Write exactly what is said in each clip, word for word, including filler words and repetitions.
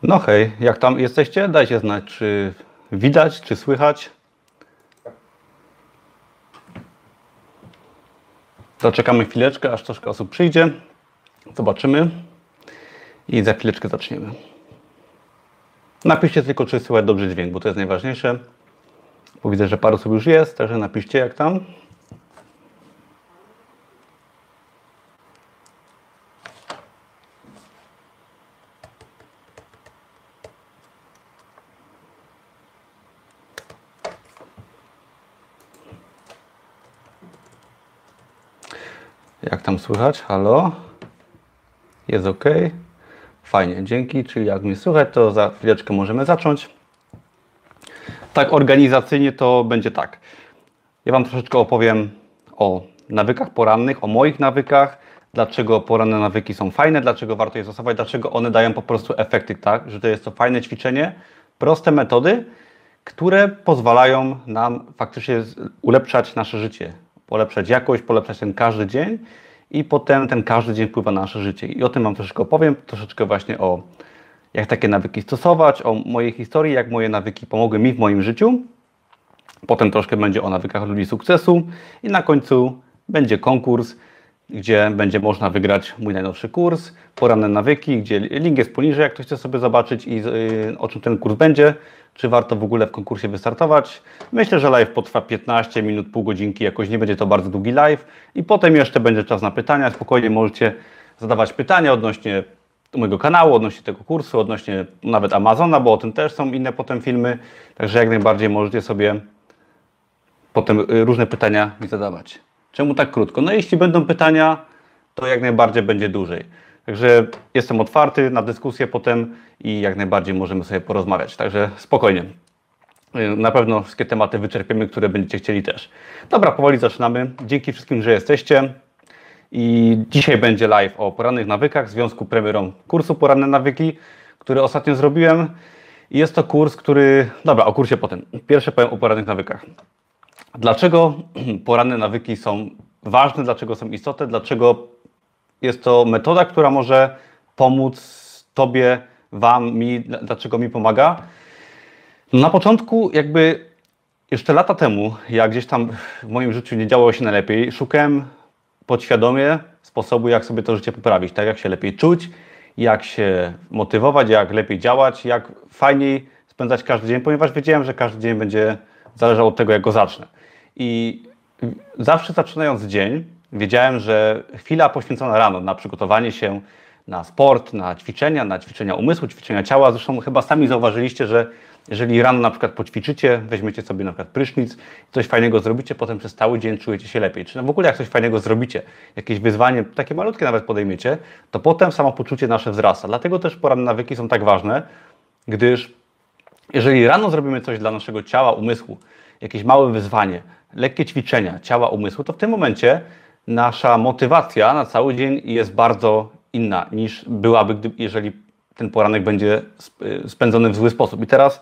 No hej, jak tam jesteście? Dajcie znać, czy widać, czy słychać. Zaczekamy chwileczkę, aż troszkę osób przyjdzie. Zobaczymy i za chwileczkę zaczniemy. Napiszcie tylko, czy słychać dobrze dźwięk, bo to jest najważniejsze. Bo widzę, że paru osób już jest, także napiszcie, jak tam. Jak tam słychać? Halo? Jest ok? Fajnie, dzięki. Czyli jak mnie słychać, to za chwileczkę możemy zacząć. Tak organizacyjnie to będzie tak. Ja Wam troszeczkę opowiem o nawykach porannych, o moich nawykach, dlaczego poranne nawyki są fajne, dlaczego warto je stosować, dlaczego one dają po prostu efekty, tak? Że to jest to fajne ćwiczenie, proste metody, które pozwalają nam faktycznie ulepszać nasze życie, polepszać jakość, polepszać ten każdy dzień i potem ten każdy dzień wpływa na nasze życie. I o tym Wam troszeczkę opowiem, troszeczkę właśnie o jak takie nawyki stosować, o mojej historii, jak moje nawyki pomogły mi w moim życiu. Potem troszkę będzie o nawykach ludzi sukcesu i na końcu będzie konkurs, gdzie będzie można wygrać mój najnowszy kurs, poranne nawyki, gdzie link jest poniżej, jak ktoś chce sobie zobaczyć i yy, o czym ten kurs będzie, czy warto w ogóle w konkursie wystartować. Myślę, że live potrwa piętnaście minut, pół godzinki, jakoś nie będzie to bardzo długi live i potem jeszcze będzie czas na pytania. Spokojnie możecie zadawać pytania odnośnie mojego kanału, odnośnie tego kursu, odnośnie nawet Amazona, bo o tym też są inne potem filmy, także jak najbardziej możecie sobie potem różne pytania mi zadawać. Czemu tak krótko? No jeśli będą pytania, to jak najbardziej będzie dłużej. Także jestem otwarty na dyskusję potem i jak najbardziej możemy sobie porozmawiać. Także spokojnie. Na pewno wszystkie tematy wyczerpiemy, które będziecie chcieli też. Dobra, powoli zaczynamy. Dzięki wszystkim, że jesteście. I dzisiaj będzie live o porannych nawykach w związku z premierą kursu Poranne Nawyki, który ostatnio zrobiłem. I jest to kurs, który... Dobra, o kursie potem. Pierwsze powiem o porannych nawykach. Dlaczego poranne nawyki są ważne, dlaczego są istotne, dlaczego jest to metoda, która może pomóc Tobie, Wam, mi, dlaczego mi pomaga. Na początku jakby jeszcze lata temu, jak gdzieś tam w moim życiu nie działo się najlepiej, szukałem podświadomie sposobu, jak sobie to życie poprawić, tak, jak się lepiej czuć, jak się motywować, jak lepiej działać, jak fajniej spędzać każdy dzień, ponieważ wiedziałem, że każdy dzień będzie zależał od tego, jak go zacznę. I zawsze zaczynając dzień, wiedziałem, że chwila poświęcona rano na przygotowanie się na sport, na ćwiczenia, na ćwiczenia umysłu, ćwiczenia ciała. Zresztą chyba sami zauważyliście, że jeżeli rano na przykład poćwiczycie, weźmiecie sobie na przykład prysznic, coś fajnego zrobicie, potem przez cały dzień czujecie się lepiej. Czy w ogóle jak coś fajnego zrobicie, jakieś wyzwanie, takie malutkie nawet podejmiecie, to potem samopoczucie nasze wzrasta. Dlatego też poranne nawyki są tak ważne, gdyż jeżeli rano zrobimy coś dla naszego ciała, umysłu, jakieś małe wyzwanie, lekkie ćwiczenia ciała, umysłu, to w tym momencie nasza motywacja na cały dzień jest bardzo inna niż byłaby, gdy, jeżeli ten poranek będzie spędzony w zły sposób. I teraz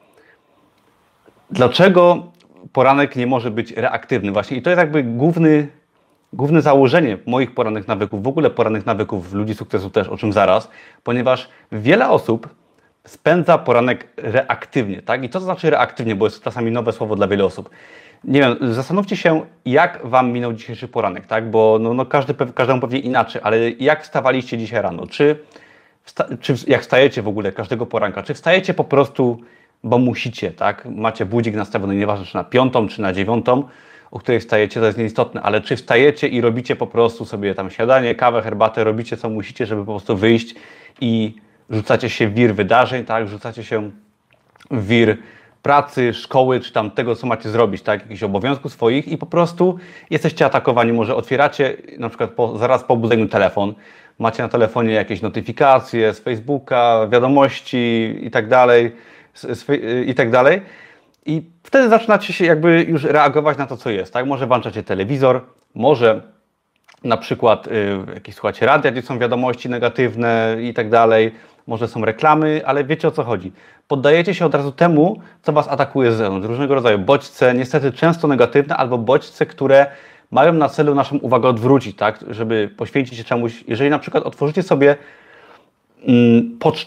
dlaczego poranek nie może być reaktywny? Właśnie i to jest jakby główny, główne założenie moich porannych nawyków, w ogóle porannych nawyków ludzi sukcesu też, o czym zaraz, ponieważ wiele osób spędza poranek reaktywnie, tak? I co to znaczy reaktywnie, bo jest to czasami nowe słowo dla wielu osób. Nie wiem, zastanówcie się, jak Wam minął dzisiejszy poranek, tak? Bo no, no każdy, każdemu pewnie inaczej, ale jak wstawaliście dzisiaj rano? Czy, wsta czy jak wstajecie w ogóle każdego poranka? Czy wstajecie po prostu, bo musicie, tak? Macie budzik nastawiony, nieważne czy na piątą, czy na dziewiątą, o której wstajecie, to jest nieistotne, ale czy wstajecie i robicie po prostu sobie tam śniadanie, kawę, herbatę, robicie co musicie, żeby po prostu wyjść i rzucacie się w wir wydarzeń, tak? Rzucacie się w wir pracy, szkoły, czy tam tego, co macie zrobić, tak? Jakichś obowiązków swoich i po prostu jesteście atakowani. Może otwieracie na przykład po, zaraz po obudzeniu telefon, macie na telefonie jakieś notyfikacje z Facebooka, wiadomości i tak dalej, i tak dalej. I wtedy zaczynacie się jakby już reagować na to, co jest, tak? Może włączacie telewizor, może na przykład y, jakieś słuchacie radia, gdzie są wiadomości negatywne i tak dalej, może są reklamy, ale wiecie, o co chodzi. Poddajecie się od razu temu, co Was atakuje z zewnątrz. Różnego rodzaju bodźce, niestety często negatywne, albo bodźce, które mają na celu naszą uwagę odwrócić, tak? Żeby poświęcić się czemuś. Jeżeli na przykład otworzycie sobie mm, pocztę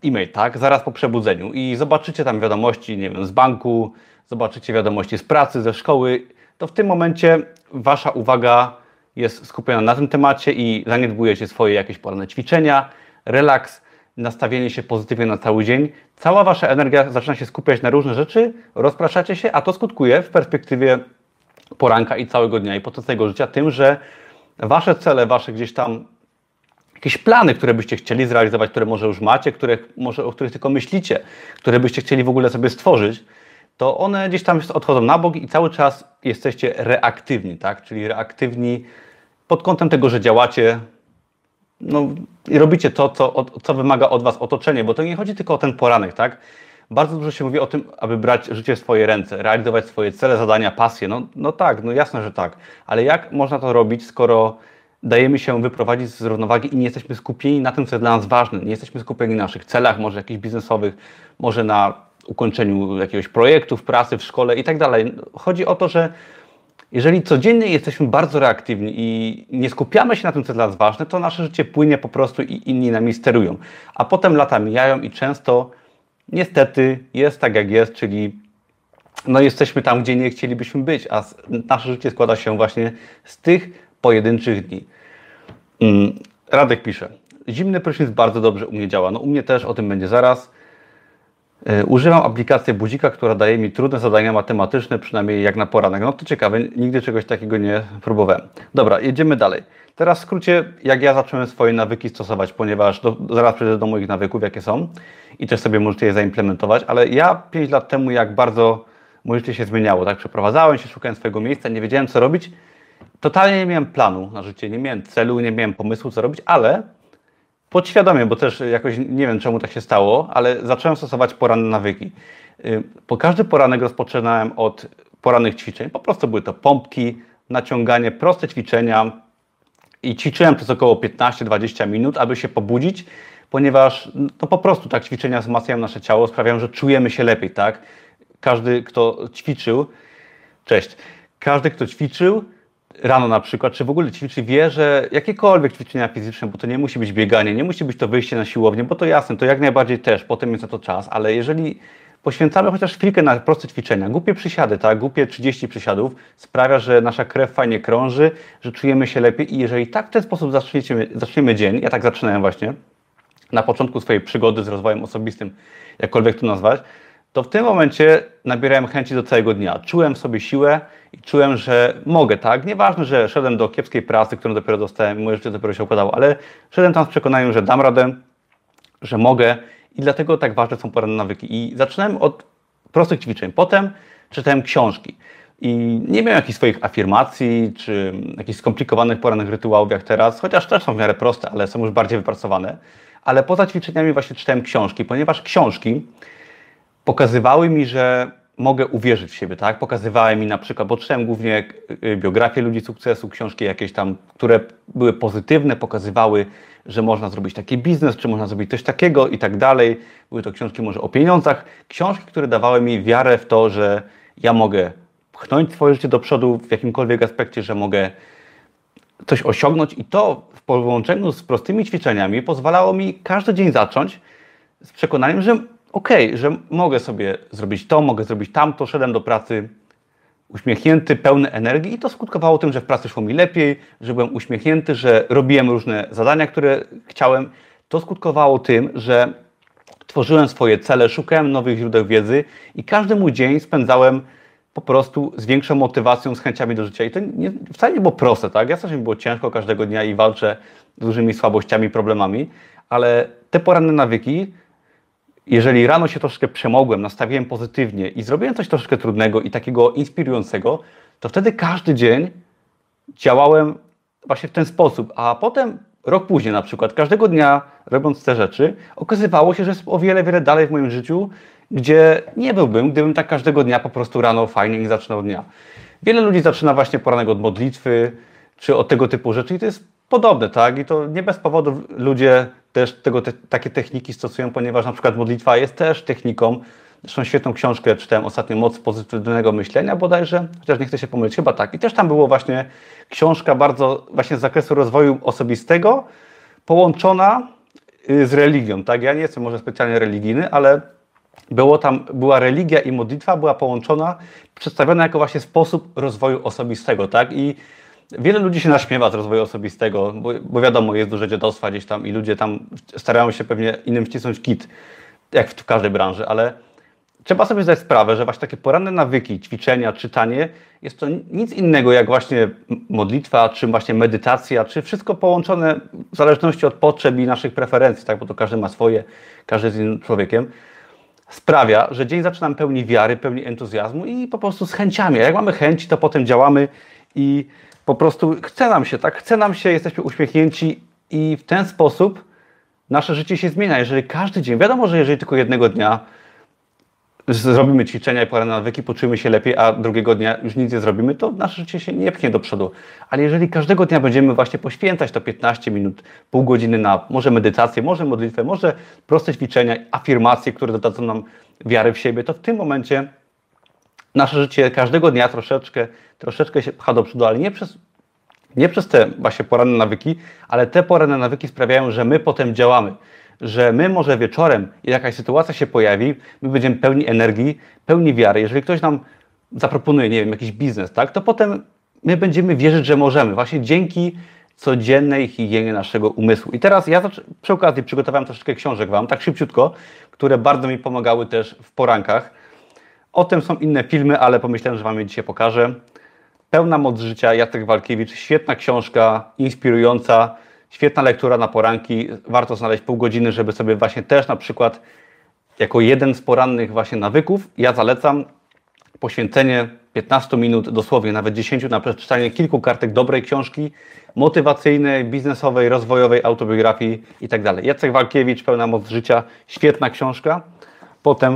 e-mail, tak, zaraz po przebudzeniu i zobaczycie tam wiadomości, nie wiem, z banku, zobaczycie wiadomości z pracy, ze szkoły, to w tym momencie wasza uwaga jest skupiona na tym temacie i zaniedbujecie swoje jakieś poranne ćwiczenia, relaks, nastawienie się pozytywnie na cały dzień. Cała wasza energia zaczyna się skupiać na różne rzeczy, rozpraszacie się, a to skutkuje w perspektywie poranka i całego dnia i potencjalnego życia tym, że wasze cele, wasze gdzieś tam jakieś plany, które byście chcieli zrealizować, które może już macie, które, może, o których tylko myślicie, które byście chcieli w ogóle sobie stworzyć, to one gdzieś tam odchodzą na bok i cały czas jesteście reaktywni, tak? Czyli reaktywni pod kątem tego, że działacie, no i robicie to, co, co wymaga od was otoczenie, bo to nie chodzi tylko o ten poranek, tak? Bardzo dużo się mówi o tym, aby brać życie w swoje ręce, realizować swoje cele, zadania, pasje. No, no tak, no jasne, że tak. Ale jak można to robić, skoro dajemy się wyprowadzić z równowagi i nie jesteśmy skupieni na tym, co jest dla nas ważne. Nie jesteśmy skupieni na naszych celach, może jakichś biznesowych, może na ukończeniu jakiegoś projektu w pracy, w szkole i tak dalej. Chodzi o to, że jeżeli codziennie jesteśmy bardzo reaktywni i nie skupiamy się na tym, co jest dla nas ważne, to nasze życie płynie po prostu i inni nami sterują. A potem lata mijają i często niestety jest tak, jak jest, czyli no jesteśmy tam, gdzie nie chcielibyśmy być, a nasze życie składa się właśnie z tych pojedynczych dni. Radek pisze, zimny prysznic bardzo dobrze u mnie działa. No u mnie też, o tym będzie zaraz. Używam aplikacji Budzika, która daje mi trudne zadania matematyczne, przynajmniej jak na poranek. No to ciekawe, nigdy czegoś takiego nie próbowałem. Dobra, jedziemy dalej. Teraz w skrócie, jak ja zacząłem swoje nawyki stosować, ponieważ do, zaraz przejdę do moich nawyków, jakie są i też sobie możecie je zaimplementować, ale ja pięć lat temu, jak bardzo moje życie się zmieniało, tak, przeprowadzałem się, szukałem swojego miejsca, nie wiedziałem, co robić. Totalnie nie miałem planu na życie, nie miałem celu, nie miałem pomysłu, co robić, ale podświadomie, bo też jakoś nie wiem, czemu tak się stało, ale zacząłem stosować poranne nawyki. Po każdy poranek rozpoczynałem od porannych ćwiczeń. Po prostu były to pompki, naciąganie, proste ćwiczenia i ćwiczyłem przez około piętnaście do dwudziestu minut, aby się pobudzić, ponieważ no po prostu tak ćwiczenia wzmacniają nasze ciało, sprawiają, że czujemy się lepiej, tak? Każdy, kto ćwiczył, cześć, każdy, kto ćwiczył, rano na przykład, czy w ogóle ćwiczy, wie, że jakiekolwiek ćwiczenia fizyczne, bo to nie musi być bieganie, nie musi być to wyjście na siłownię, bo to jasne, to jak najbardziej też, potem jest na to czas, ale jeżeli poświęcamy chociaż chwilkę na proste ćwiczenia, głupie przysiady, tak, głupie trzydzieści przysiadów, sprawia, że nasza krew fajnie krąży, że czujemy się lepiej i jeżeli tak w ten sposób zaczniemy, zaczniemy dzień, ja tak zaczynałem właśnie, na początku swojej przygody z rozwojem osobistym, jakkolwiek to nazwać, to w tym momencie nabierałem chęci do całego dnia. Czułem w sobie siłę i czułem, że mogę, tak? Nieważne, że szedłem do kiepskiej pracy, którą dopiero dostałem i moje życie dopiero się układało, ale szedłem tam z przekonaniem, że dam radę, że mogę i dlatego tak ważne są poranne nawyki. I zaczynałem od prostych ćwiczeń. Potem czytałem książki i nie miałem jakichś swoich afirmacji czy jakichś skomplikowanych porannych rytuałów jak teraz, chociaż też są w miarę proste, ale są już bardziej wypracowane. Ale poza ćwiczeniami właśnie czytałem książki, ponieważ książki pokazywały mi, że mogę uwierzyć w siebie, tak? Pokazywały mi na przykład, bo czytałem głównie biografie ludzi sukcesu, książki jakieś tam, które były pozytywne, pokazywały, że można zrobić taki biznes, czy można zrobić coś takiego i tak dalej. Były to książki może o pieniądzach, książki, które dawały mi wiarę w to, że ja mogę pchnąć swoje życie do przodu w jakimkolwiek aspekcie, że mogę coś osiągnąć i to w połączeniu z prostymi ćwiczeniami pozwalało mi każdy dzień zacząć z przekonaniem, że okej, okay, że mogę sobie zrobić to, mogę zrobić tamto, szedłem do pracy uśmiechnięty, pełny energii i to skutkowało tym, że w pracy szło mi lepiej, że byłem uśmiechnięty, że robiłem różne zadania, które chciałem. To skutkowało tym, że tworzyłem swoje cele, szukałem nowych źródeł wiedzy i każdy mój dzień spędzałem po prostu z większą motywacją, z chęciami do życia. I to nie, wcale nie było proste, tak? Ja też mi było ciężko każdego dnia i walczę z dużymi słabościami, problemami, ale te poranne nawyki, jeżeli rano się troszkę przemogłem, nastawiłem pozytywnie i zrobiłem coś troszkę trudnego i takiego inspirującego, to wtedy każdy dzień działałem właśnie w ten sposób. A potem, rok później na przykład, każdego dnia robiąc te rzeczy, okazywało się, że jest o wiele, wiele dalej w moim życiu, gdzie nie byłbym, gdybym tak każdego dnia po prostu rano fajnie nie zaczynał dnia. Wiele ludzi zaczyna właśnie poranek od modlitwy, czy od tego typu rzeczy i to jest podobne, tak? I to nie bez powodu ludzie też tego, te, takie techniki stosują, ponieważ na przykład modlitwa jest też techniką. Zresztą świetną książkę czytałem ostatnio, Moc pozytywnego myślenia bodajże, chociaż nie chcę się pomylić, chyba tak. I też tam było właśnie książka bardzo właśnie z zakresu rozwoju osobistego, połączona y, z religią, tak? Ja nie jestem może specjalnie religijny, ale było tam, była religia i modlitwa była połączona, przedstawiona jako właśnie sposób rozwoju osobistego, tak? I wiele ludzi się naśmiewa z rozwoju osobistego, bo, bo wiadomo, jest duże dziadostwa gdzieś tam i ludzie tam starają się pewnie innym wcisnąć kit, jak w, w każdej branży, ale trzeba sobie zdać sprawę, że właśnie takie poranne nawyki, ćwiczenia, czytanie, jest to nic innego jak właśnie modlitwa, czy właśnie medytacja, czy wszystko połączone w zależności od potrzeb i naszych preferencji, tak? Bo to każdy ma swoje, każdy jest innym człowiekiem. Sprawia, że dzień zaczynam pełni wiary, pełni entuzjazmu i po prostu z chęciami. A jak mamy chęci, to potem działamy i po prostu chce nam się, tak? Chce nam się, jesteśmy uśmiechnięci i w ten sposób nasze życie się zmienia. Jeżeli każdy dzień, wiadomo, że jeżeli tylko jednego dnia zrobimy ćwiczenia i poranne nawyki, poczujemy się lepiej, a drugiego dnia już nic nie zrobimy, to nasze życie się nie pchnie do przodu. Ale jeżeli każdego dnia będziemy właśnie poświęcać to piętnaście minut, pół godziny na może medytację, może modlitwę, może proste ćwiczenia, afirmacje, które dodadzą nam wiary w siebie, to w tym momencie nasze życie każdego dnia troszeczkę, troszeczkę się pcha do przodu, ale nie przez, nie przez te właśnie poranne nawyki, ale te poranne nawyki sprawiają, że my potem działamy. Że my może wieczorem jakaś sytuacja się pojawi, my będziemy pełni energii, pełni wiary. Jeżeli ktoś nam zaproponuje, nie wiem, jakiś biznes, tak, to potem my będziemy wierzyć, że możemy. Właśnie dzięki codziennej higienie naszego umysłu. I teraz ja przy okazji przygotowałem troszeczkę książek Wam, tak szybciutko, które bardzo mi pomagały też w porankach. O tym są inne filmy, ale pomyślałem, że Wam je dzisiaj pokażę. Pełna moc życia, Jacek Walkiewicz, świetna książka, inspirująca. Świetna lektura na poranki, warto znaleźć pół godziny, żeby sobie właśnie też na przykład jako jeden z porannych właśnie nawyków, ja zalecam poświęcenie piętnaście minut, dosłownie nawet dziesięć na przeczytanie kilku kartek dobrej książki, motywacyjnej, biznesowej, rozwojowej, autobiografii i tak dalej. Jacek Walkiewicz, Pełna moc życia, świetna książka. Potem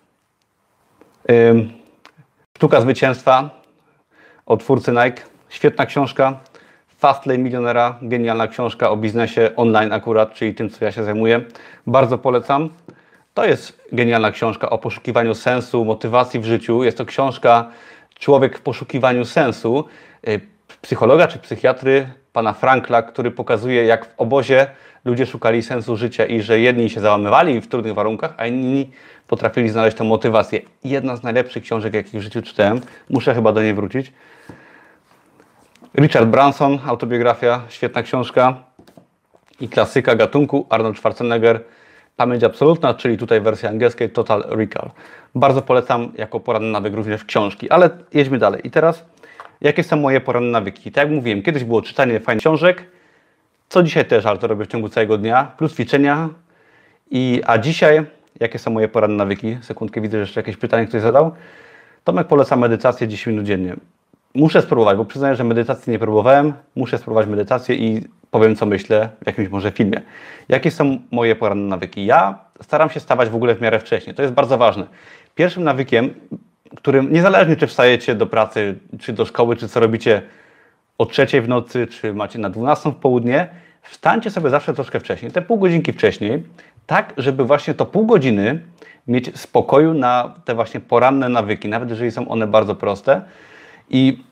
ym, Sztuka zwycięstwa od twórcy Nike, świetna książka. Fastlane Milionera, genialna książka o biznesie online akurat, czyli tym, co ja się zajmuję. Bardzo polecam. To jest genialna książka o poszukiwaniu sensu, motywacji w życiu. Jest to książka Człowiek w poszukiwaniu sensu, psychologa czy psychiatry, pana Frankla, który pokazuje, jak w obozie ludzie szukali sensu życia i że jedni się załamywali w trudnych warunkach, a inni potrafili znaleźć tę motywację. Jedna z najlepszych książek, jakich w życiu czytałem. Muszę chyba do niej wrócić. Richard Branson, autobiografia, świetna książka i klasyka gatunku, Arnold Schwarzenegger, Pamięć absolutna, czyli tutaj w wersji angielskiej Total Recall. Bardzo polecam jako poranny nawyk również książki, ale jedźmy dalej. I teraz, jakie są moje poranne nawyki? Tak jak mówiłem, kiedyś było czytanie fajnych książek, co dzisiaj też, ale to robię w ciągu całego dnia, plus ćwiczenia. I, a dzisiaj, jakie są moje poranne nawyki? Sekundkę, widzę, że jeszcze jakieś pytanie ktoś zadał. Tomek poleca medytację dziesięć minut dziennie. Muszę spróbować, bo przyznaję, że medytacji nie próbowałem. Muszę spróbować medytację i powiem, co myślę w jakimś może filmie. Jakie są moje poranne nawyki? Ja staram się wstawać w ogóle w miarę wcześnie. To jest bardzo ważne. Pierwszym nawykiem, którym niezależnie czy wstajecie do pracy, czy do szkoły, czy co robicie o trzeciej w nocy, czy macie na dwunastą w południe, wstańcie sobie zawsze troszkę wcześniej, te pół godzinki wcześniej, tak, żeby właśnie to pół godziny mieć spokoju na te właśnie poranne nawyki, nawet jeżeli są one bardzo proste. I,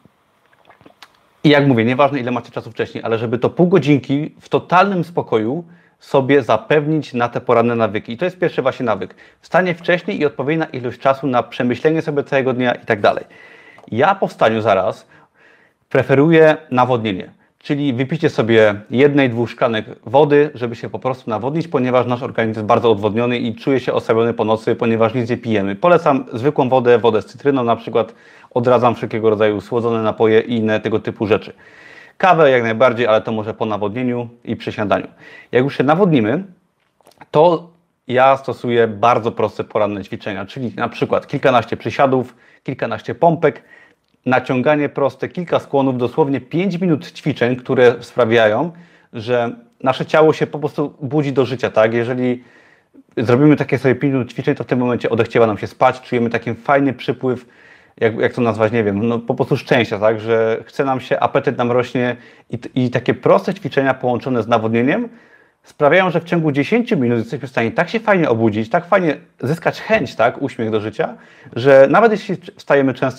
I jak mówię, nieważne ile macie czasu wcześniej, ale żeby to pół godzinki w totalnym spokoju sobie zapewnić na te poranne nawyki. I to jest pierwszy właśnie nawyk. Wstanie wcześniej i odpowiednia ilość czasu na przemyślenie sobie całego dnia i tak dalej. Ja po wstaniu zaraz preferuję nawodnienie. Czyli wypicie sobie jednej, dwóch szklanek wody, żeby się po prostu nawodnić, ponieważ nasz organizm jest bardzo odwodniony i czuje się osłabiony po nocy, ponieważ nic nie pijemy. Polecam zwykłą wodę, wodę z cytryną na przykład. Odradzam wszelkiego rodzaju słodzone napoje i inne tego typu rzeczy. Kawę jak najbardziej, ale to może po nawodnieniu i przy śniadaniu. Jak już się nawodnimy, to ja stosuję bardzo proste poranne ćwiczenia, czyli na przykład kilkanaście przysiadów, kilkanaście pompek, naciąganie proste, kilka skłonów, dosłownie pięć minut ćwiczeń, które sprawiają, że nasze ciało się po prostu budzi do życia, tak? Jeżeli zrobimy takie sobie pięć minut ćwiczeń, to w tym momencie odechciewa nam się spać, czujemy taki fajny przypływ, jak, jak to nazwać, nie wiem, no po prostu szczęścia, tak? Że chce nam się, apetyt nam rośnie i, i takie proste ćwiczenia połączone z nawodnieniem sprawiają, że w ciągu dziesięciu minut jesteśmy w stanie tak się fajnie obudzić, tak fajnie zyskać chęć, tak? Uśmiech do życia, że nawet jeśli wstajemy często z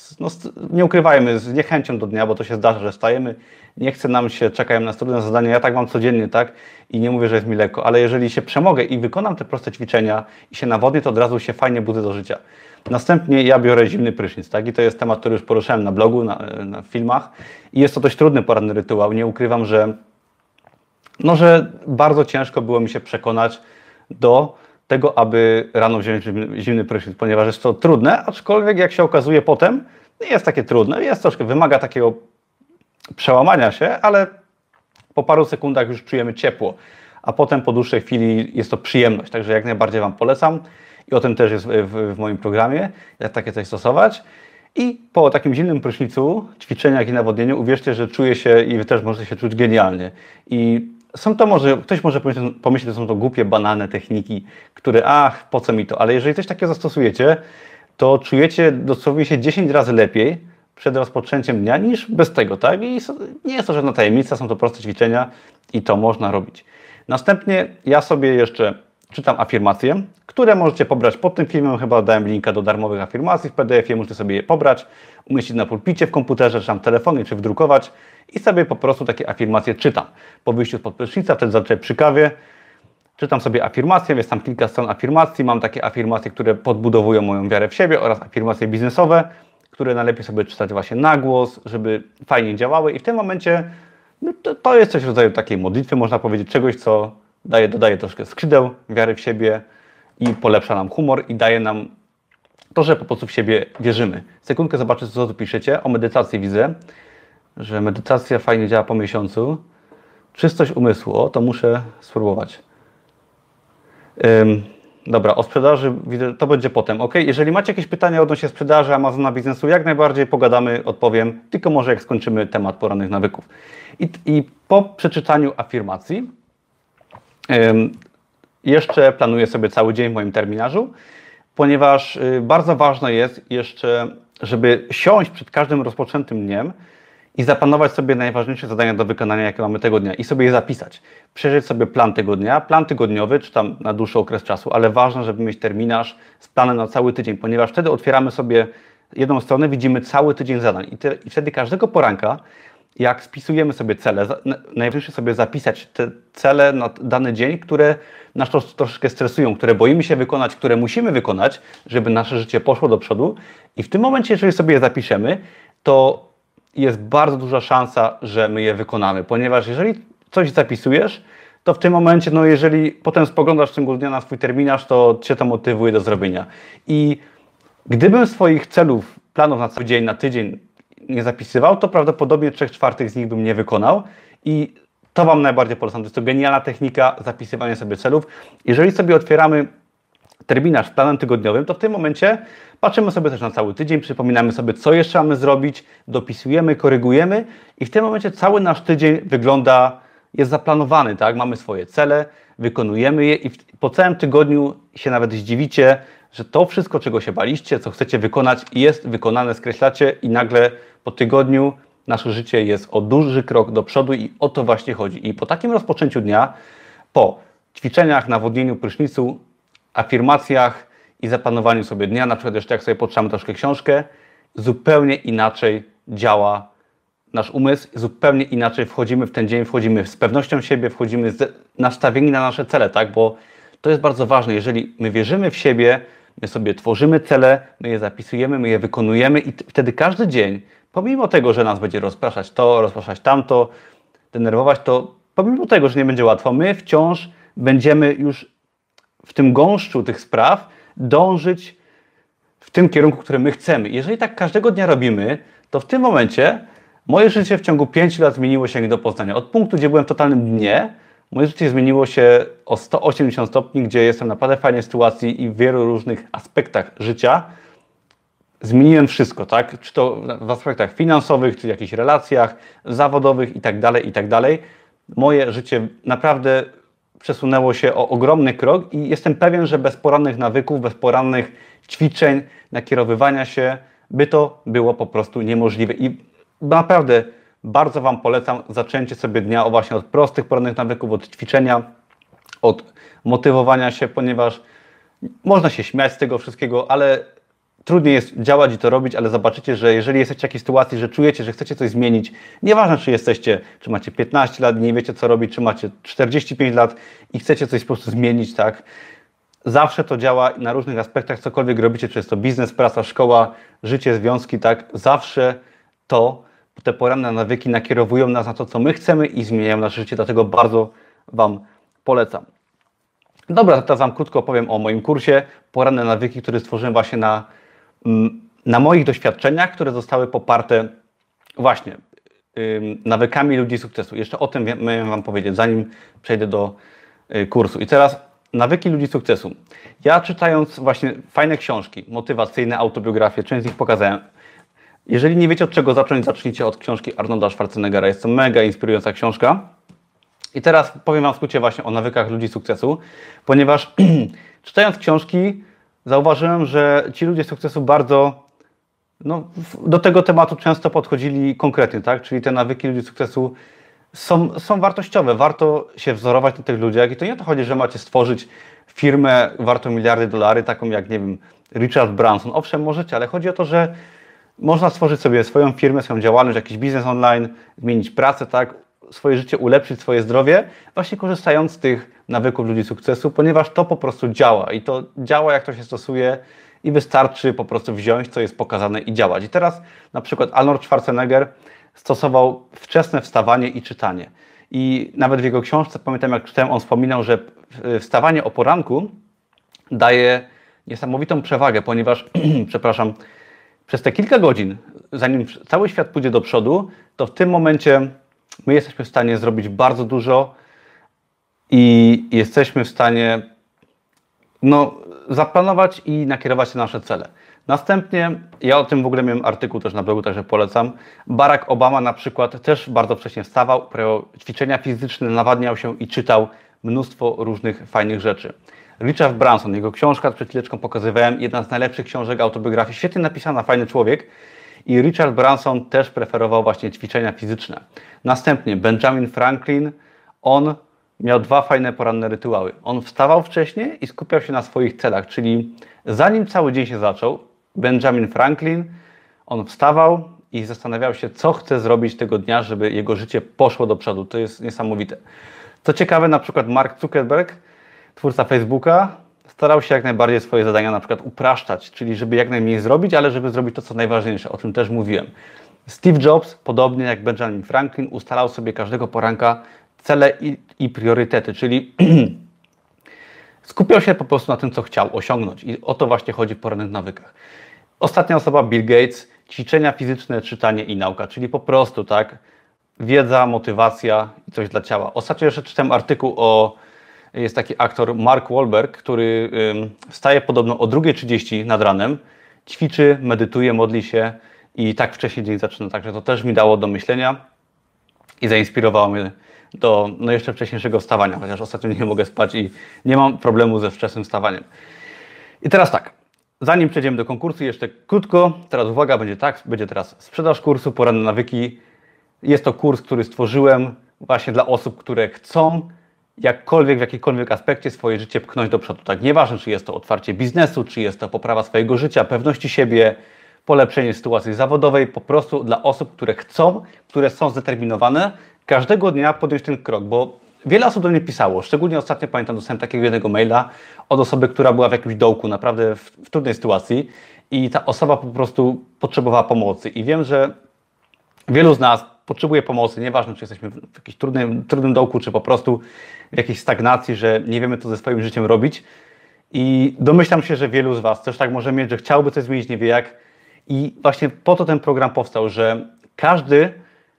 no, nie ukrywajmy, z niechęcią do dnia, bo to się zdarza, że wstajemy, nie chce nam się, czekają na trudne zadania, ja tak mam codziennie, tak, i nie mówię, że jest mi lekko, ale jeżeli się przemogę i wykonam te proste ćwiczenia i się nawodnię, to od razu się fajnie budzę do życia. Następnie ja biorę zimny prysznic, tak, i to jest temat, który już poruszałem na blogu, na, na filmach i jest to dość trudny poranny rytuał, nie ukrywam, że no, że bardzo ciężko było mi się przekonać do tego, aby rano wziąć zimny, zimny prysznic, ponieważ jest to trudne, aczkolwiek jak się okazuje potem, nie jest takie trudne, jest troszkę, wymaga takiego przełamania się, ale po paru sekundach już czujemy ciepło, a potem po dłuższej chwili jest to przyjemność, także jak najbardziej Wam polecam i o tym też jest w, w moim programie, jak takie coś stosować. I po takim zimnym prysznicu, ćwiczeniach i nawodnieniu, uwierzcie, że czuję się i Wy też możecie się czuć genialnie. I są to może, ktoś może pomyśleć, że są to głupie, banalne techniki, które ach, po co mi to, ale jeżeli coś takiego zastosujecie, to czujecie dosłownie się dziesięć razy lepiej przed rozpoczęciem dnia niż bez tego, tak? I nie jest to żadna tajemnica, są to proste ćwiczenia i to można robić. Następnie ja sobie jeszcze czytam afirmacje, które możecie pobrać pod tym filmem, chyba dałem linka do darmowych afirmacji w P D F ie, możecie sobie je pobrać, umieścić na pulpicie w komputerze, czy tam w telefonie, czy wdrukować i sobie po prostu takie afirmacje czytam. Po wyjściu spod prysznica, wtedy zazwyczaj przy kawie, czytam sobie afirmacje, jest tam kilka stron afirmacji, mam takie afirmacje, które podbudowują moją wiarę w siebie oraz afirmacje biznesowe, które najlepiej sobie czytać właśnie na głos, żeby fajnie działały i w tym momencie no to, to jest coś w rodzaju takiej modlitwy, można powiedzieć, czegoś, co daje, dodaje troszkę skrzydeł, wiary w siebie i polepsza nam humor i daje nam to, że po prostu w siebie wierzymy. Sekundkę zobaczę, co tu piszecie. O medytacji widzę, że medytacja fajnie działa po miesiącu. Czystość umysłu, o, to muszę spróbować. Ym, dobra, o sprzedaży widzę, to będzie potem. Ok, jeżeli macie jakieś pytania odnośnie sprzedaży Amazona biznesu, jak najbardziej pogadamy, odpowiem, tylko może jak skończymy temat porannych nawyków. I, i po przeczytaniu afirmacji ym, jeszcze planuję sobie cały dzień w moim terminarzu, ponieważ y, bardzo ważne jest jeszcze, żeby siąść przed każdym rozpoczętym dniem i zaplanować sobie najważniejsze zadania do wykonania, jakie mamy tego dnia i sobie je zapisać. Przejrzeć sobie plan tego dnia, plan tygodniowy, czy tam na dłuższy okres czasu, ale ważne, żeby mieć terminarz z planem na cały tydzień, ponieważ wtedy otwieramy sobie jedną stronę, widzimy cały tydzień zadań i, te, i wtedy każdego poranka, jak spisujemy sobie cele, najważniejsze sobie zapisać te cele na dany dzień, które nas to, troszkę stresują, które boimy się wykonać, które musimy wykonać, żeby nasze życie poszło do przodu i w tym momencie, jeżeli sobie je zapiszemy, to jest bardzo duża szansa, że my je wykonamy, ponieważ jeżeli coś zapisujesz, to w tym momencie, no jeżeli potem spoglądasz w ciągu dnia na swój terminarz, to Cię to motywuje do zrobienia. I gdybym swoich celów, planów na cały dzień, na tydzień nie zapisywał, to prawdopodobnie trzech czwartych z nich bym nie wykonał i to Wam najbardziej polecam. To jest to genialna technika zapisywania sobie celów. Jeżeli sobie otwieramy terminarz z planem tygodniowym, to w tym momencie patrzymy sobie też na cały tydzień, przypominamy sobie, co jeszcze mamy zrobić, dopisujemy, korygujemy i w tym momencie cały nasz tydzień wygląda, jest zaplanowany, tak? Mamy swoje cele, wykonujemy je i po całym tygodniu się nawet zdziwicie, że to wszystko, czego się baliście, co chcecie wykonać, jest wykonane, skreślacie i nagle po tygodniu nasze życie jest o duży krok do przodu i o to właśnie chodzi. I po takim rozpoczęciu dnia, po ćwiczeniach, nawodnieniu, prysznicu, afirmacjach i zaplanowaniu sobie dnia, na przykład jeszcze jak sobie poczytamy troszkę książkę, zupełnie inaczej działa nasz umysł, zupełnie inaczej wchodzimy w ten dzień, wchodzimy z pewnością siebie, wchodzimy z nastawieni na nasze cele, tak? Bo to jest bardzo ważne, jeżeli my wierzymy w siebie, my sobie tworzymy cele, my je zapisujemy, my je wykonujemy i wtedy każdy dzień, pomimo tego, że nas będzie rozpraszać to, rozpraszać tamto, denerwować to, pomimo tego, że nie będzie łatwo, my wciąż będziemy już w tym gąszczu tych spraw dążyć w tym kierunku, który my chcemy. Jeżeli tak każdego dnia robimy, to w tym momencie moje życie w ciągu pięciu lat zmieniło się do poznania. Od punktu, gdzie byłem w totalnym dnie, moje życie zmieniło się o sto osiemdziesiąt stopni, gdzie jestem naprawdę w fajnej sytuacji i w wielu różnych aspektach życia zmieniłem wszystko, tak? Czy to w aspektach finansowych, czy w jakichś relacjach zawodowych i tak dalej, i tak dalej. Moje życie naprawdę przesunęło się o ogromny krok i jestem pewien, że bez porannych nawyków, bez porannych ćwiczeń, nakierowywania się, by to było po prostu niemożliwe. I naprawdę bardzo Wam polecam zaczęcie sobie dnia o właśnie od prostych porannych nawyków, od ćwiczenia, od motywowania się, ponieważ można się śmiać z tego wszystkiego, ale trudniej jest działać i to robić, ale zobaczycie, że jeżeli jesteście w takiej sytuacji, że czujecie, że chcecie coś zmienić, nieważne czy jesteście, czy macie piętnaście lat, nie wiecie co robić, czy macie czterdzieści pięć lat i chcecie coś po prostu zmienić, tak? Zawsze to działa na różnych aspektach, cokolwiek robicie, czy jest to biznes, praca, szkoła, życie, związki, tak? Zawsze to, te poranne nawyki nakierowują nas na to, co my chcemy i zmieniają nasze życie, dlatego bardzo Wam polecam. Dobra, teraz Wam krótko opowiem o moim kursie Poranne nawyki, który stworzyłem właśnie na, na moich doświadczeniach, które zostały poparte właśnie nawykami ludzi sukcesu. Jeszcze o tym miałem Wam powiedzieć, zanim przejdę do kursu. I teraz nawyki ludzi sukcesu. Ja czytając właśnie fajne książki, motywacyjne, autobiografie, część z nich pokazałem. Jeżeli nie wiecie od czego zacząć, zacznijcie od książki Arnolda Schwarzeneggera. Jest to mega inspirująca książka. I teraz powiem Wam w skrócie właśnie o nawykach ludzi sukcesu, ponieważ czytając książki zauważyłem, że ci ludzie sukcesu bardzo no, do tego tematu często podchodzili konkretnie, tak? Czyli te nawyki ludzi sukcesu są, są wartościowe. Warto się wzorować na tych ludziach i to nie o to chodzi, że macie stworzyć firmę wartą miliardy dolarów, taką jak, nie wiem, Richard Branson. Owszem, możecie, ale chodzi o to, że można stworzyć sobie swoją firmę, swoją działalność, jakiś biznes online, zmienić pracę, tak? Swoje życie ulepszyć, swoje zdrowie, właśnie korzystając z tych nawyków ludzi sukcesu, ponieważ to po prostu działa i to działa, jak to się stosuje i wystarczy po prostu wziąć, co jest pokazane i działać. I teraz na przykład Arnold Schwarzenegger stosował wczesne wstawanie i czytanie. I nawet w jego książce, pamiętam jak czytałem, on wspominał, że wstawanie o poranku daje niesamowitą przewagę, ponieważ, przepraszam, przez te kilka godzin, zanim cały świat pójdzie do przodu, to w tym momencie my jesteśmy w stanie zrobić bardzo dużo i jesteśmy w stanie no, zaplanować i nakierować na nasze cele. Następnie, ja o tym w ogóle miałem artykuł też na blogu, także polecam. Barack Obama na przykład też bardzo wcześnie wstawał, uprawiał ćwiczenia fizyczne, nawadniał się i czytał mnóstwo różnych fajnych rzeczy. Richard Branson, jego książka, przed chwileczką pokazywałem, jedna z najlepszych książek autobiografii, świetnie napisana, fajny człowiek. I Richard Branson też preferował właśnie ćwiczenia fizyczne. Następnie Benjamin Franklin, on miał dwa fajne poranne rytuały. On wstawał wcześniej i skupiał się na swoich celach, czyli zanim cały dzień się zaczął, Benjamin Franklin, on wstawał i zastanawiał się, co chce zrobić tego dnia, żeby jego życie poszło do przodu. To jest niesamowite. Co ciekawe, na przykład Mark Zuckerberg, twórca Facebooka, starał się jak najbardziej swoje zadania na przykład upraszczać, czyli żeby jak najmniej zrobić, ale żeby zrobić to, co najważniejsze, o czym też mówiłem. Steve Jobs, podobnie jak Benjamin Franklin, ustalał sobie każdego poranka cele i, i priorytety, czyli skupiał się po prostu na tym, co chciał osiągnąć i o to właśnie chodzi w porannych nawykach. Ostatnia osoba, Bill Gates, ćwiczenia fizyczne, czytanie i nauka, czyli po prostu tak, wiedza, motywacja i coś dla ciała. Ostatnio jeszcze czytałem artykuł o Jest taki aktor Mark Wahlberg, który wstaje podobno o drugiej trzydzieści nad ranem, ćwiczy, medytuje, modli się i tak wcześniej dzień zaczyna. Także to też mi dało do myślenia i zainspirowało mnie do no jeszcze wcześniejszego wstawania, chociaż ostatnio nie mogę spać i nie mam problemu ze wczesnym wstawaniem. I teraz tak, zanim przejdziemy do konkursu, jeszcze krótko, teraz uwaga, będzie tak, będzie teraz sprzedaż kursu Poranne nawyki. Jest to kurs, który stworzyłem właśnie dla osób, które chcą jakkolwiek, w jakikolwiek aspekcie swoje życie pchnąć do przodu. Tak, nieważne, czy jest to otwarcie biznesu, czy jest to poprawa swojego życia, pewności siebie, polepszenie sytuacji zawodowej, po prostu dla osób, które chcą, które są zdeterminowane, każdego dnia podjąć ten krok, bo wiele osób do mnie pisało, szczególnie ostatnio pamiętam, dostałem takiego jednego maila od osoby, która była w jakimś dołku, naprawdę w, w trudnej sytuacji i ta osoba po prostu potrzebowała pomocy i wiem, że wielu z nas potrzebuje pomocy, nieważne czy jesteśmy w jakimś trudnym, trudnym dołku, czy po prostu w jakiejś stagnacji, że nie wiemy co ze swoim życiem robić i domyślam się, że wielu z Was też tak może mieć, że chciałby coś zmienić, nie wie jak i właśnie po to ten program powstał, że każdy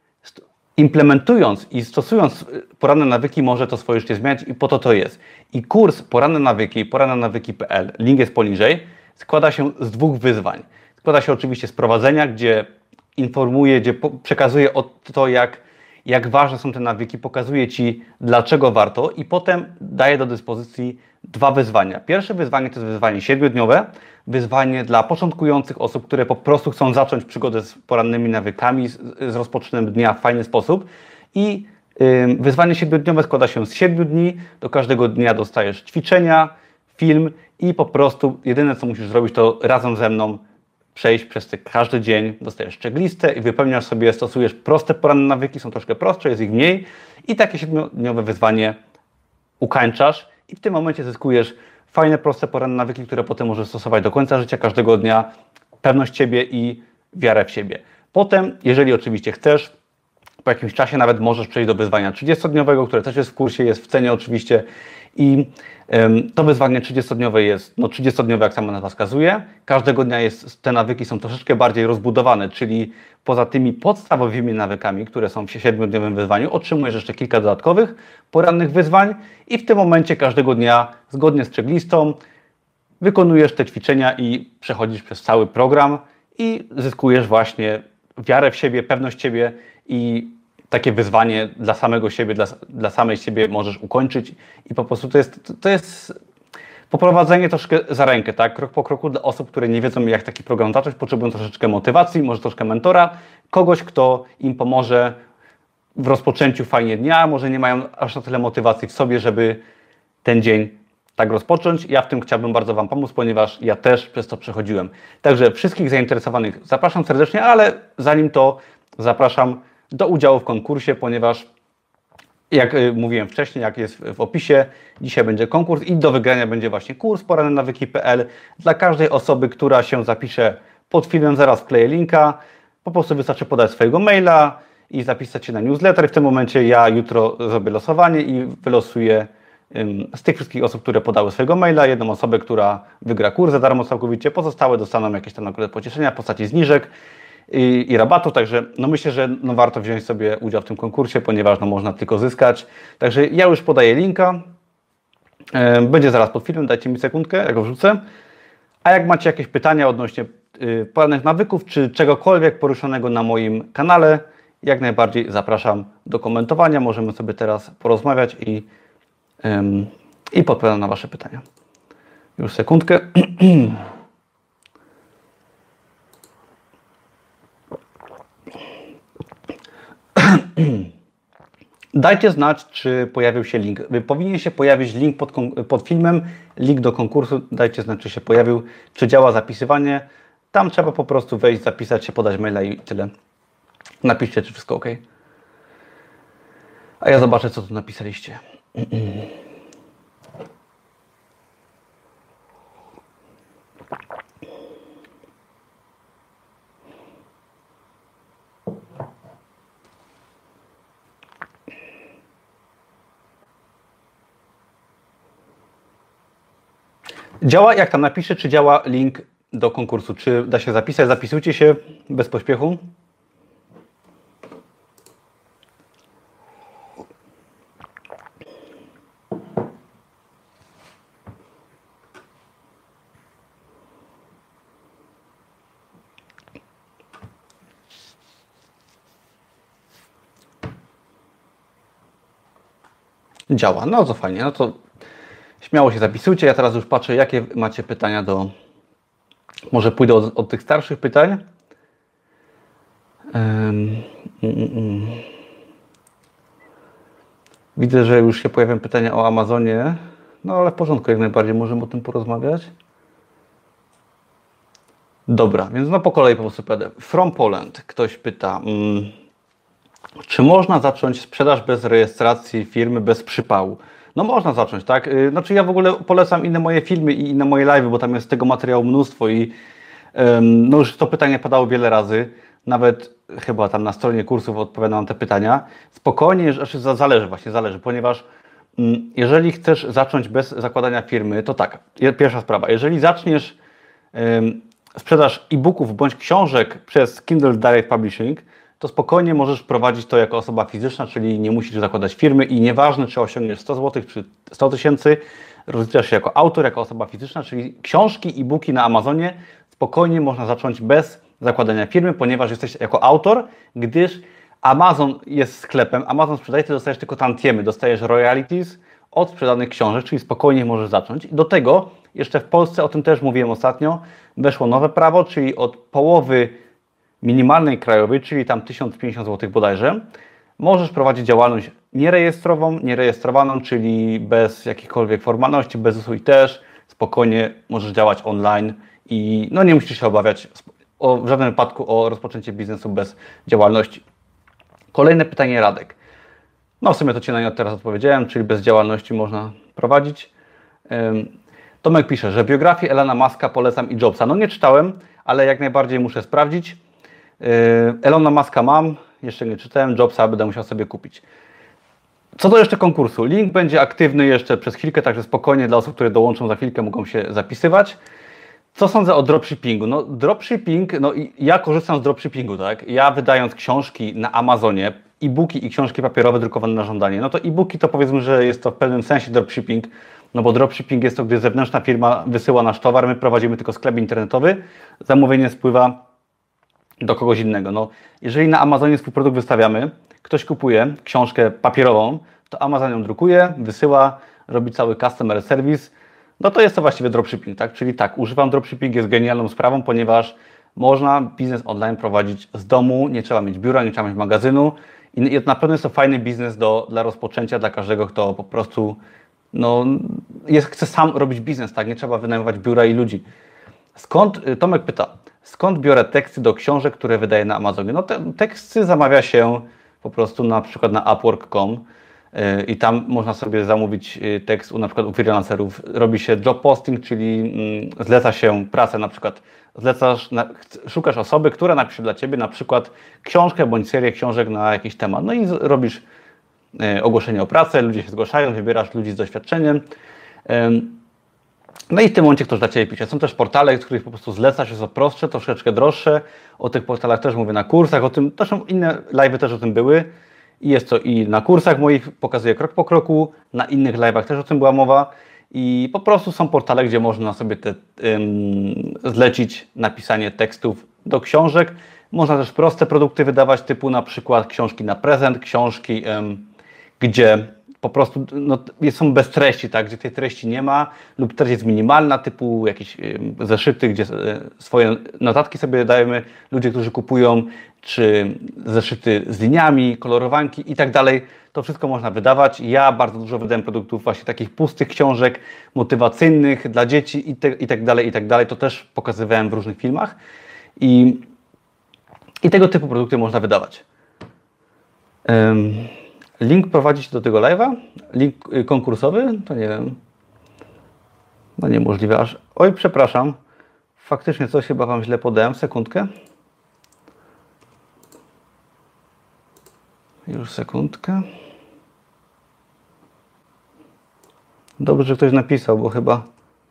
implementując i stosując poranne nawyki może to swoje życie zmieniać i po to to jest. I kurs Poranne nawyki, poranne nawyki kropka p l, link jest poniżej, składa się z dwóch wyzwań. Składa się oczywiście z prowadzenia, gdzie informuje, gdzie przekazuje o to, jak, jak ważne są te nawyki, pokazuje Ci, dlaczego warto i potem daje do dyspozycji dwa wyzwania. Pierwsze wyzwanie to jest wyzwanie siedmiodniowe, wyzwanie dla początkujących osób, które po prostu chcą zacząć przygodę z porannymi nawykami, z, z rozpoczyniem dnia w fajny sposób i yy, wyzwanie siedmiodniowe składa się z siedmiu dni, do każdego dnia dostajesz ćwiczenia, film i po prostu jedyne co musisz zrobić to razem ze mną przejść przez te każdy dzień, dostajesz checklistę i wypełniasz sobie, stosujesz proste poranne nawyki, są troszkę prostsze, jest ich mniej i takie siedmiodniowe wyzwanie ukończasz i w tym momencie zyskujesz fajne, proste poranne nawyki, które potem możesz stosować do końca życia, każdego dnia, pewność siebie i wiarę w siebie. Potem, jeżeli oczywiście chcesz, po jakimś czasie nawet możesz przejść do wyzwania trzydziestodniowego, które też jest w kursie, jest w cenie oczywiście i ym, to wyzwanie trzydziestodniowe jest no trzydziestodniowe, jak sama nazwa wskazuje. Każdego dnia jest, te nawyki są troszeczkę bardziej rozbudowane, czyli poza tymi podstawowymi nawykami, które są w siedmiodniowym wyzwaniu, otrzymujesz jeszcze kilka dodatkowych porannych wyzwań i w tym momencie każdego dnia, zgodnie z checklistą, wykonujesz te ćwiczenia i przechodzisz przez cały program i zyskujesz właśnie wiarę w siebie, pewność siebie i takie wyzwanie dla samego siebie, dla, dla samej siebie możesz ukończyć i po prostu to jest, to jest poprowadzenie troszkę za rękę, tak? Krok po kroku dla osób, które nie wiedzą, jak taki program zacząć, potrzebują troszeczkę motywacji, może troszkę mentora, kogoś, kto im pomoże w rozpoczęciu fajnie dnia, może nie mają aż na tyle motywacji w sobie, żeby ten dzień tak rozpocząć. Ja w tym chciałbym bardzo Wam pomóc, ponieważ ja też przez to przechodziłem. Także wszystkich zainteresowanych zapraszam serdecznie, ale zanim to zapraszam do udziału w konkursie, ponieważ jak mówiłem wcześniej, jak jest w opisie, dzisiaj będzie konkurs i do wygrania będzie właśnie kurs poranne nawyki kropka p l. Dla każdej osoby, która się zapisze pod filmem, zaraz wkleję linka, po prostu wystarczy podać swojego maila i zapisać się na newsletter. W tym momencie ja jutro zrobię losowanie i wylosuję z tych wszystkich osób, które podały swojego maila, jedną osobę, która wygra kurs za darmo całkowicie, pozostałe dostaną jakieś tam nagrody pocieszenia w postaci zniżek i, i rabatów, także no myślę, że no warto wziąć sobie udział w tym konkursie, ponieważ no można tylko zyskać. Także ja już podaję linka, będzie zaraz pod filmem, dajcie mi sekundkę, jak go wrzucę. A jak macie jakieś pytania odnośnie porannych nawyków, czy czegokolwiek poruszonego na moim kanale, jak najbardziej zapraszam do komentowania, możemy sobie teraz porozmawiać i i podpowiadam na Wasze pytania. Już sekundkę. Dajcie znać, czy pojawił się link. Powinien się pojawić link pod, pod filmem, link do konkursu. Dajcie znać, czy się pojawił, czy działa zapisywanie. Tam trzeba po prostu wejść, zapisać się, podać maila i tyle. Napiszcie, czy wszystko OK. A ja zobaczę, co tu napisaliście. Działa, jak tam napiszę, czy działa link do konkursu, czy da się zapisać. Zapisujcie się bez pośpiechu. Działa, no to fajnie, no to śmiało się zapisujcie. Ja teraz już patrzę, jakie macie pytania do... Może pójdę od, od tych starszych pytań. Um, um, um. Widzę, że już się pojawiają pytania o Amazonie. No ale w porządku, jak najbardziej możemy o tym porozmawiać. Dobra, więc no po kolei po prostu będę. From Poland ktoś pyta, um, czy można zacząć sprzedaż bez rejestracji firmy, bez przypału? No można zacząć, tak? Znaczy ja w ogóle polecam inne moje filmy i inne moje live'y, bo tam jest tego materiału mnóstwo i um, no już to pytanie padało wiele razy. Nawet chyba tam na stronie kursów odpowiadam na te pytania. Spokojnie, znaczy zależy właśnie, zależy, ponieważ um, jeżeli chcesz zacząć bez zakładania firmy, to tak, pierwsza sprawa, jeżeli zaczniesz um, sprzedaż e-booków bądź książek przez Kindle Direct Publishing, to spokojnie możesz prowadzić to jako osoba fizyczna, czyli nie musisz zakładać firmy i nieważne, czy osiągniesz sto złotych, czy sto tysięcy, rozliczasz się jako autor, jako osoba fizyczna, czyli książki, e-booki na Amazonie spokojnie można zacząć bez zakładania firmy, ponieważ jesteś jako autor, gdyż Amazon jest sklepem, Amazon sprzedaje, ty dostajesz tylko tantiemy, dostajesz royalties od sprzedanych książek, czyli spokojnie możesz zacząć. Do tego jeszcze w Polsce, o tym też mówiłem ostatnio, weszło nowe prawo, czyli od połowy minimalnej krajowej, czyli tam tysiąc pięćdziesiąt złotych bodajże, możesz prowadzić działalność nierejestrową, nierejestrowaną, czyli bez jakichkolwiek formalności, bez usług i też spokojnie możesz działać online i no nie musisz się obawiać o, w żadnym wypadku o rozpoczęcie biznesu bez działalności. Kolejne pytanie, Radek. No w sumie to Ci na nie teraz odpowiedziałem, czyli bez działalności można prowadzić. Tomek pisze, że biografię Elona Muska polecam i Jobsa. No nie czytałem, ale jak najbardziej muszę sprawdzić. Elona Muska mam, jeszcze nie czytałem, Jobsa będę musiał sobie kupić. Co do jeszcze konkursu, link będzie aktywny jeszcze przez chwilkę, także spokojnie dla osób, które dołączą za chwilkę, mogą się zapisywać. Co sądzę o dropshippingu? No dropshipping, no i ja korzystam z dropshippingu, tak? Ja wydając książki na Amazonie, e-booki i książki papierowe drukowane na żądanie, no to e-booki to powiedzmy, że jest to w pewnym sensie dropshipping, no bo dropshipping jest to, gdy zewnętrzna firma wysyła nasz towar, my prowadzimy tylko sklep internetowy, zamówienie spływa do kogoś innego. No, jeżeli na Amazonie swój produkt wystawiamy, ktoś kupuje książkę papierową, to Amazon ją drukuje, wysyła, robi cały customer service, no to jest to właściwie dropshipping, tak? Czyli tak, używam dropshipping, jest genialną sprawą, ponieważ można biznes online prowadzić z domu, nie trzeba mieć biura, nie trzeba mieć magazynu i na pewno jest to fajny biznes do, dla rozpoczęcia, dla każdego, kto po prostu no, jest, chce sam robić biznes, tak? Nie trzeba wynajmować biura i ludzi. Skąd, Tomek pyta, skąd biorę teksty do książek, które wydaję na Amazonie? No te teksty zamawia się po prostu na przykład na upwork kropka com i tam można sobie zamówić tekst u na przykład u freelancerów. Robi się job posting, czyli zleca się pracę, na przykład zlecasz, na, szukasz osoby, która napisze dla Ciebie na przykład książkę bądź serię książek na jakiś temat. No i robisz ogłoszenie o pracę, ludzie się zgłaszają, wybierasz ludzi z doświadczeniem. No i w tym momencie ktoś dla Ciebie pisze. Są też portale, z których po prostu zlecasz, jest to prostsze, troszeczkę droższe. O tych portalach też mówię na kursach, o tym też inne live'y też o tym były. I jest to i na kursach moich, pokazuję krok po kroku, na innych live'ach też o tym była mowa. I po prostu są portale, gdzie można sobie te, ym, zlecić napisanie tekstów do książek. Można też proste produkty wydawać, typu na przykład książki na prezent, książki, ym, gdzie po prostu no, są bez treści, tak, gdzie tej treści nie ma, lub treść jest minimalna, typu jakieś zeszyty, gdzie swoje notatki sobie dajemy ludzie, którzy kupują, czy zeszyty z liniami, kolorowanki i tak dalej. To wszystko można wydawać. Ja bardzo dużo wydałem produktów właśnie takich pustych książek, motywacyjnych dla dzieci i, te, i tak dalej, i tak dalej. To też pokazywałem w różnych filmach. I, i tego typu produkty można wydawać. Um, Link prowadzić do tego live'a? Link konkursowy? To nie wiem. No niemożliwe aż. Oj, przepraszam. Faktycznie coś chyba Wam źle podałem. Sekundkę. Już sekundkę. Dobrze, że ktoś napisał, bo chyba...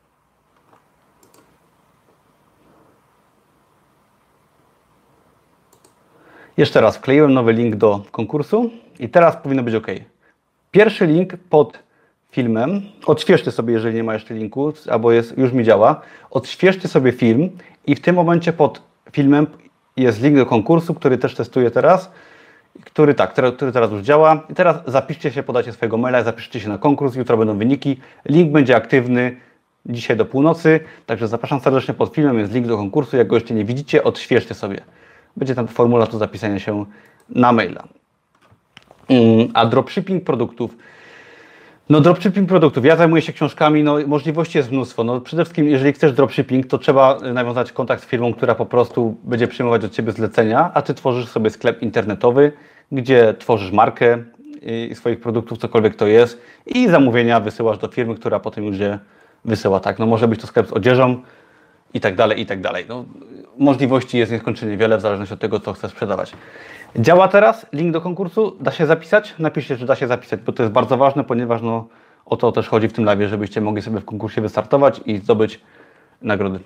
Jeszcze raz wkleiłem nowy link do konkursu i teraz powinno być OK. Pierwszy link pod filmem, odświeżcie sobie, jeżeli nie ma jeszcze linku, albo jest, już mi działa, odświeżcie sobie film i w tym momencie pod filmem jest link do konkursu, który też testuję teraz, który tak, który teraz już działa. I teraz zapiszcie się, podajcie swojego maila, zapiszcie się na konkurs, jutro będą wyniki. Link będzie aktywny dzisiaj do północy, także zapraszam serdecznie, pod filmem jest link do konkursu, jak go jeszcze nie widzicie, odświeżcie sobie. Będzie tam formula do zapisania się na maila. A dropshipping produktów. No dropshipping produktów. Ja zajmuję się książkami, no możliwości jest mnóstwo. No przede wszystkim, jeżeli chcesz dropshipping, to trzeba nawiązać kontakt z firmą, która po prostu będzie przyjmować od Ciebie zlecenia, a Ty tworzysz sobie sklep internetowy, gdzie tworzysz markę i swoich produktów, cokolwiek to jest i zamówienia wysyłasz do firmy, która potem już je wysyła. Tak, no może być to sklep z odzieżą, i tak dalej, i tak dalej. No, możliwości jest nieskończenie wiele, w zależności od tego, co chcesz sprzedawać. Działa teraz link do konkursu? Da się zapisać? Napiszcie, że da się zapisać, bo to jest bardzo ważne, ponieważ no, o to też chodzi w tym live, żebyście mogli sobie w konkursie wystartować i zdobyć nagrody.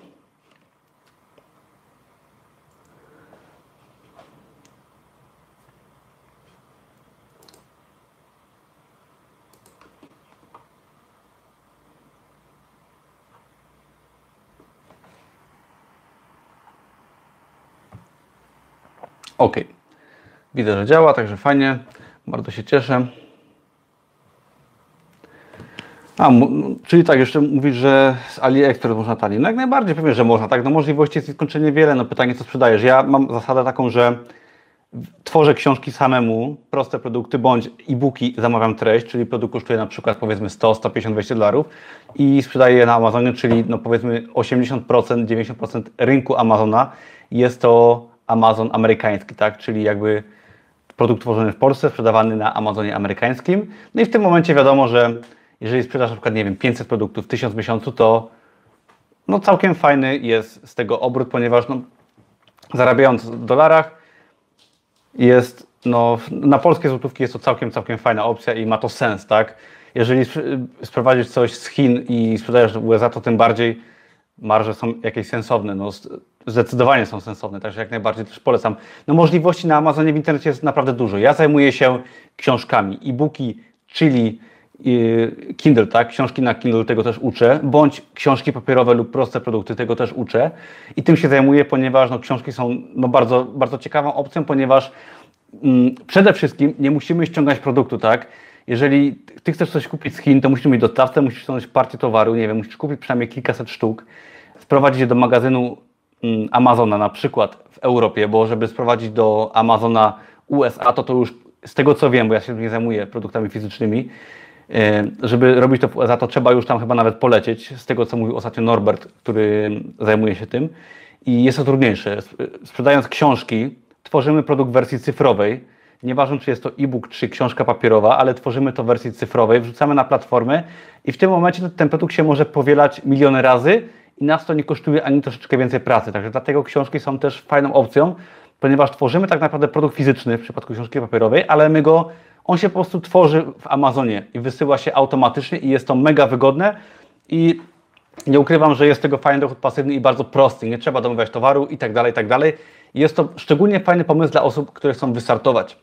OK. Widzę, że działa, także fajnie. Bardzo się cieszę. A, czyli tak, jeszcze mówisz, że z AliExpress można taniej. No jak najbardziej, pewnie, że można. Tak, no możliwości jest nieskończenie wiele. No pytanie, co sprzedajesz. Ja mam zasadę taką, że tworzę książki samemu, proste produkty, bądź e-booki, zamawiam treść, czyli produkt kosztuje na przykład powiedzmy sto, sto pięćdziesiąt, dwieście dolarów i sprzedaję je na Amazonie, czyli no powiedzmy osiemdziesiąt procent, dziewięćdziesiąt procent rynku Amazona jest to Amazon amerykański, tak? Czyli jakby produkt tworzony w Polsce, sprzedawany na Amazonie amerykańskim. No i w tym momencie wiadomo, że jeżeli sprzedasz na przykład, nie wiem, pięćset produktów, tysiąc w miesiącu, to no całkiem fajny jest z tego obrót, ponieważ no, zarabiając w dolarach jest, no na polskie złotówki jest to całkiem, całkiem fajna opcja i ma to sens, tak? Jeżeli sprowadzisz coś z Chin i sprzedajesz do U S A, to tym bardziej marże są jakieś sensowne, no zdecydowanie są sensowne, także jak najbardziej też polecam. No możliwości na Amazonie w internecie jest naprawdę dużo. Ja zajmuję się książkami, e-booki, czyli Kindle, tak? Książki na Kindle, tego też uczę, bądź książki papierowe lub proste produkty, tego też uczę i tym się zajmuję, ponieważ no, książki są no, bardzo, bardzo ciekawą opcją, ponieważ mm, przede wszystkim nie musimy ściągać produktu, tak? Jeżeli ty chcesz coś kupić z Chin, to musisz mieć dostawcę, musisz ściągnąć partię towaru, nie wiem, musisz kupić przynajmniej kilkaset sztuk, sprowadzić je do magazynu mm, Amazona na przykład w Europie, bo żeby sprowadzić do Amazona U S A, to to już z tego co wiem, bo ja się nie zajmuję produktami fizycznymi, żeby robić to w U S A, to trzeba już tam chyba nawet polecieć, z tego co mówił ostatnio Norbert, który zajmuje się tym i jest to trudniejsze. Sprzedając książki, tworzymy produkt w wersji cyfrowej, nieważne czy jest to e-book czy książka papierowa, ale tworzymy to w wersji cyfrowej, wrzucamy na platformę i w tym momencie ten produkt się może powielać miliony razy i nas to nie kosztuje ani troszeczkę więcej pracy, także dlatego książki są też fajną opcją, ponieważ tworzymy tak naprawdę produkt fizyczny w przypadku książki papierowej, ale my go on się po prostu tworzy w Amazonie i wysyła się automatycznie i jest to mega wygodne i nie ukrywam, że jest tego fajny dochód pasywny i bardzo prosty. Nie trzeba domawiać towaru i tak dalej, i tak dalej. Jest to szczególnie fajny pomysł dla osób, które chcą wystartować.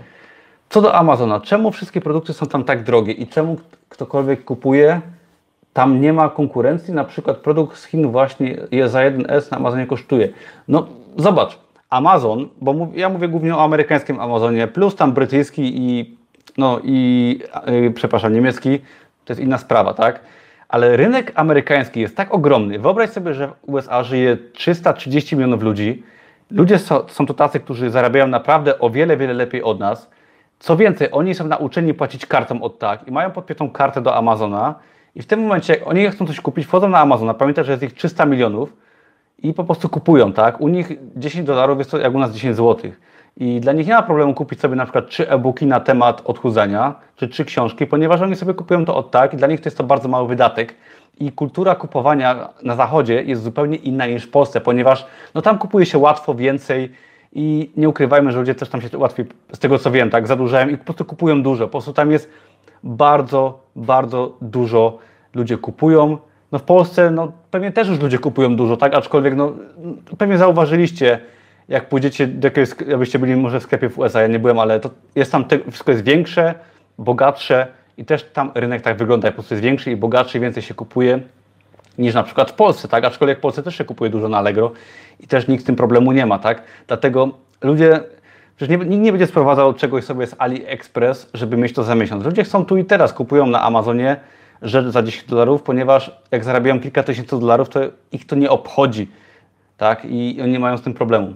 Co do Amazona, czemu wszystkie produkty są tam tak drogie i czemu ktokolwiek kupuje, tam nie ma konkurencji? Na przykład produkt z Chin właśnie jest za jeden S na Amazonie kosztuje. No zobacz. Amazon, bo mów, ja mówię głównie o amerykańskim Amazonie, plus tam brytyjski i, no i yy, przepraszam, niemiecki, to jest inna sprawa, tak? Ale rynek amerykański jest tak ogromny. Wyobraź sobie, że w U S A żyje trzysta trzydzieści milionów ludzi. Ludzie są, są to tacy, którzy zarabiają naprawdę o wiele, wiele lepiej od nas. Co więcej, oni są nauczeni płacić kartą od tak i mają podpiętą kartę do Amazona i w tym momencie, jak oni chcą coś kupić, wchodzą na Amazona, pamiętaj, że jest ich trzysta milionów, i po prostu kupują, tak? U nich dziesięć dolarów jest to jak u nas dziesięć złotych. I dla nich nie ma problemu kupić sobie na przykład trzy e-booki na temat odchudzania, czy trzy książki, ponieważ oni sobie kupują to od tak i dla nich to jest to bardzo mały wydatek. I kultura kupowania na zachodzie jest zupełnie inna niż w Polsce, ponieważ no tam kupuje się łatwo więcej i nie ukrywajmy, że ludzie też tam się łatwiej, z tego co wiem, tak, zadłużają i po prostu kupują dużo. Po prostu tam jest bardzo, bardzo dużo ludzie kupują. No w Polsce no, pewnie też już ludzie kupują dużo, tak? Aczkolwiek no, pewnie zauważyliście, jak pójdziecie do jakiegoś, jakbyście byli może w sklepie w U S A, ja nie byłem, ale to jest tam, te, wszystko jest większe, bogatsze i też tam rynek tak wygląda, po prostu jest większy i bogatszy i więcej się kupuje niż na przykład w Polsce, tak? Aczkolwiek w Polsce też się kupuje dużo na Allegro i też nikt z tym problemu nie ma, tak? Dlatego ludzie, przecież nie, nikt nie będzie sprowadzał czegoś sobie z AliExpress, żeby mieć to za miesiąc. Ludzie chcą tu i teraz, kupują na Amazonie rzecz za dziesięć dolarów, ponieważ jak zarabiają kilka tysięcy dolarów, to ich to nie obchodzi, tak? I oni nie mają z tym problemu.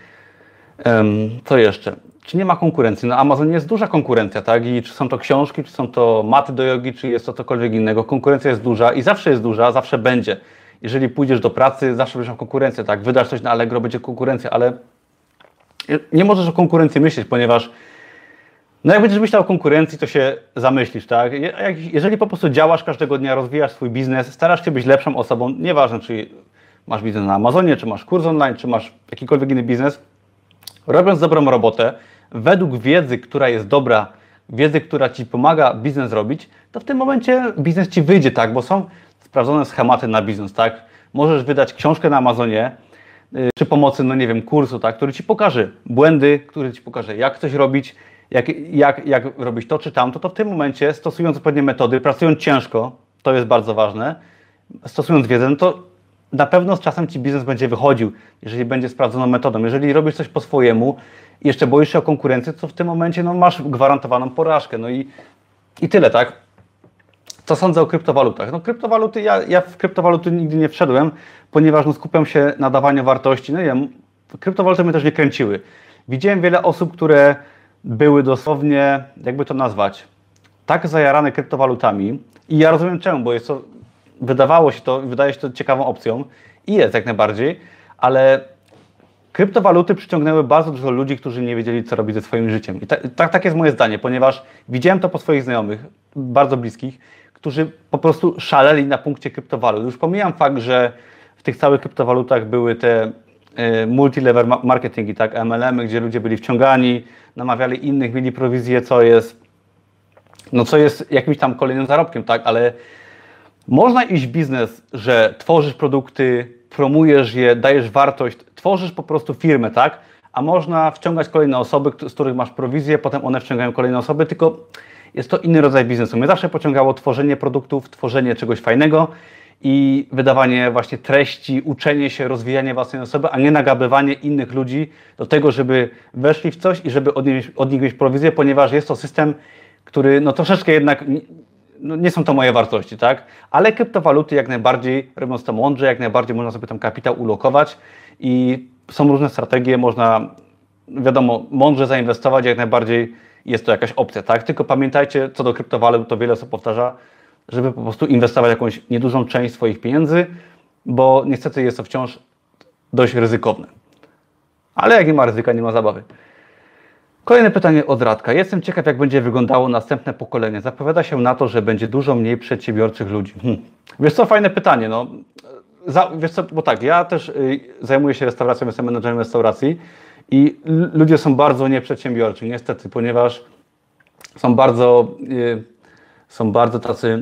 Um, co jeszcze? Czy nie ma konkurencji? Na Amazonie jest duża konkurencja, tak? I czy są to książki, czy są to maty do jogi, czy jest to cokolwiek innego. Konkurencja jest duża i zawsze jest duża, zawsze będzie. Jeżeli pójdziesz do pracy, zawsze będziesz miał konkurencję, tak? Wydasz coś na Allegro, będzie konkurencja, ale nie możesz o konkurencji myśleć, ponieważ no jak będziesz myślał o konkurencji, to się zamyślisz, tak? Jeżeli po prostu działasz każdego dnia, rozwijasz swój biznes, starasz się być lepszą osobą, nieważne czy masz biznes na Amazonie, czy masz kurs online, czy masz jakikolwiek inny biznes, robiąc dobrą robotę, według wiedzy, która jest dobra, wiedzy, która Ci pomaga biznes robić, to w tym momencie biznes Ci wyjdzie, tak? Bo są sprawdzone schematy na biznes, tak? Możesz wydać książkę na Amazonie, yy, przy pomocy, no nie wiem, kursu, tak? Który Ci pokaże błędy, który Ci pokaże, jak coś robić, Jak, jak, jak robić to czy tamto, to w tym momencie stosując odpowiednie metody, pracując ciężko, to jest bardzo ważne, stosując wiedzę, no to na pewno z czasem Ci biznes będzie wychodził, jeżeli będzie sprawdzoną metodą. Jeżeli robisz coś po swojemu i jeszcze boisz się o konkurencję, to w tym momencie no, masz gwarantowaną porażkę. No i, i tyle, tak? Co sądzę o kryptowalutach? No kryptowaluty, ja, ja w kryptowaluty nigdy nie wszedłem, ponieważ no, skupiam się na dawaniu wartości. No i ja, kryptowaluty mnie też nie kręciły. Widziałem wiele osób, które były dosłownie, jakby to nazwać, tak zajarane kryptowalutami i ja rozumiem czemu, bo jest to, wydawało się to, wydaje się to ciekawą opcją i jest jak najbardziej, ale kryptowaluty przyciągnęły bardzo dużo ludzi, którzy nie wiedzieli, co robić ze swoim życiem. I tak, tak, tak jest moje zdanie, ponieważ widziałem to po swoich znajomych, bardzo bliskich, którzy po prostu szaleli na punkcie kryptowalut. Już pomijam fakt, że w tych całych kryptowalutach były te y, multi-level marketingi, tak, M L M y, gdzie ludzie byli wciągani, namawiali innych, mieli prowizję, co jest, no co jest jakimś tam kolejnym zarobkiem, tak, ale można iść w biznes, że tworzysz produkty, promujesz je, dajesz wartość, tworzysz po prostu firmę, tak? A można wciągać kolejne osoby, z których masz prowizję, potem one wciągają kolejne osoby, tylko jest to inny rodzaj biznesu. Mnie zawsze pociągało tworzenie produktów, tworzenie czegoś fajnego i wydawanie właśnie treści, uczenie się, rozwijanie własnej osoby, a nie nagabywanie innych ludzi do tego, żeby weszli w coś i żeby od nich, od nich mieć prowizję, ponieważ jest to system, który no troszeczkę jednak no nie są to moje wartości, tak? Ale kryptowaluty jak najbardziej, robiąc to mądrze, jak najbardziej można sobie tam kapitał ulokować i są różne strategie, można, wiadomo, mądrze zainwestować, jak najbardziej jest to jakaś opcja, tak? Tylko pamiętajcie, co do kryptowalut, to wiele osób powtarza, żeby po prostu inwestować jakąś niedużą część swoich pieniędzy, bo niestety jest to wciąż dość ryzykowne. Ale jak nie ma ryzyka, nie ma zabawy. Kolejne pytanie od Radka. Jestem ciekaw, jak będzie wyglądało następne pokolenie. Zapowiada się na to, że będzie dużo mniej przedsiębiorczych ludzi. Hmm. Wiesz co, fajne pytanie. No. Za, wiesz co, bo tak, ja też y, zajmuję się restauracją, jestem menedżerem restauracji i l- ludzie są bardzo nieprzedsiębiorczy, niestety, ponieważ są bardzo, y, są bardzo tacy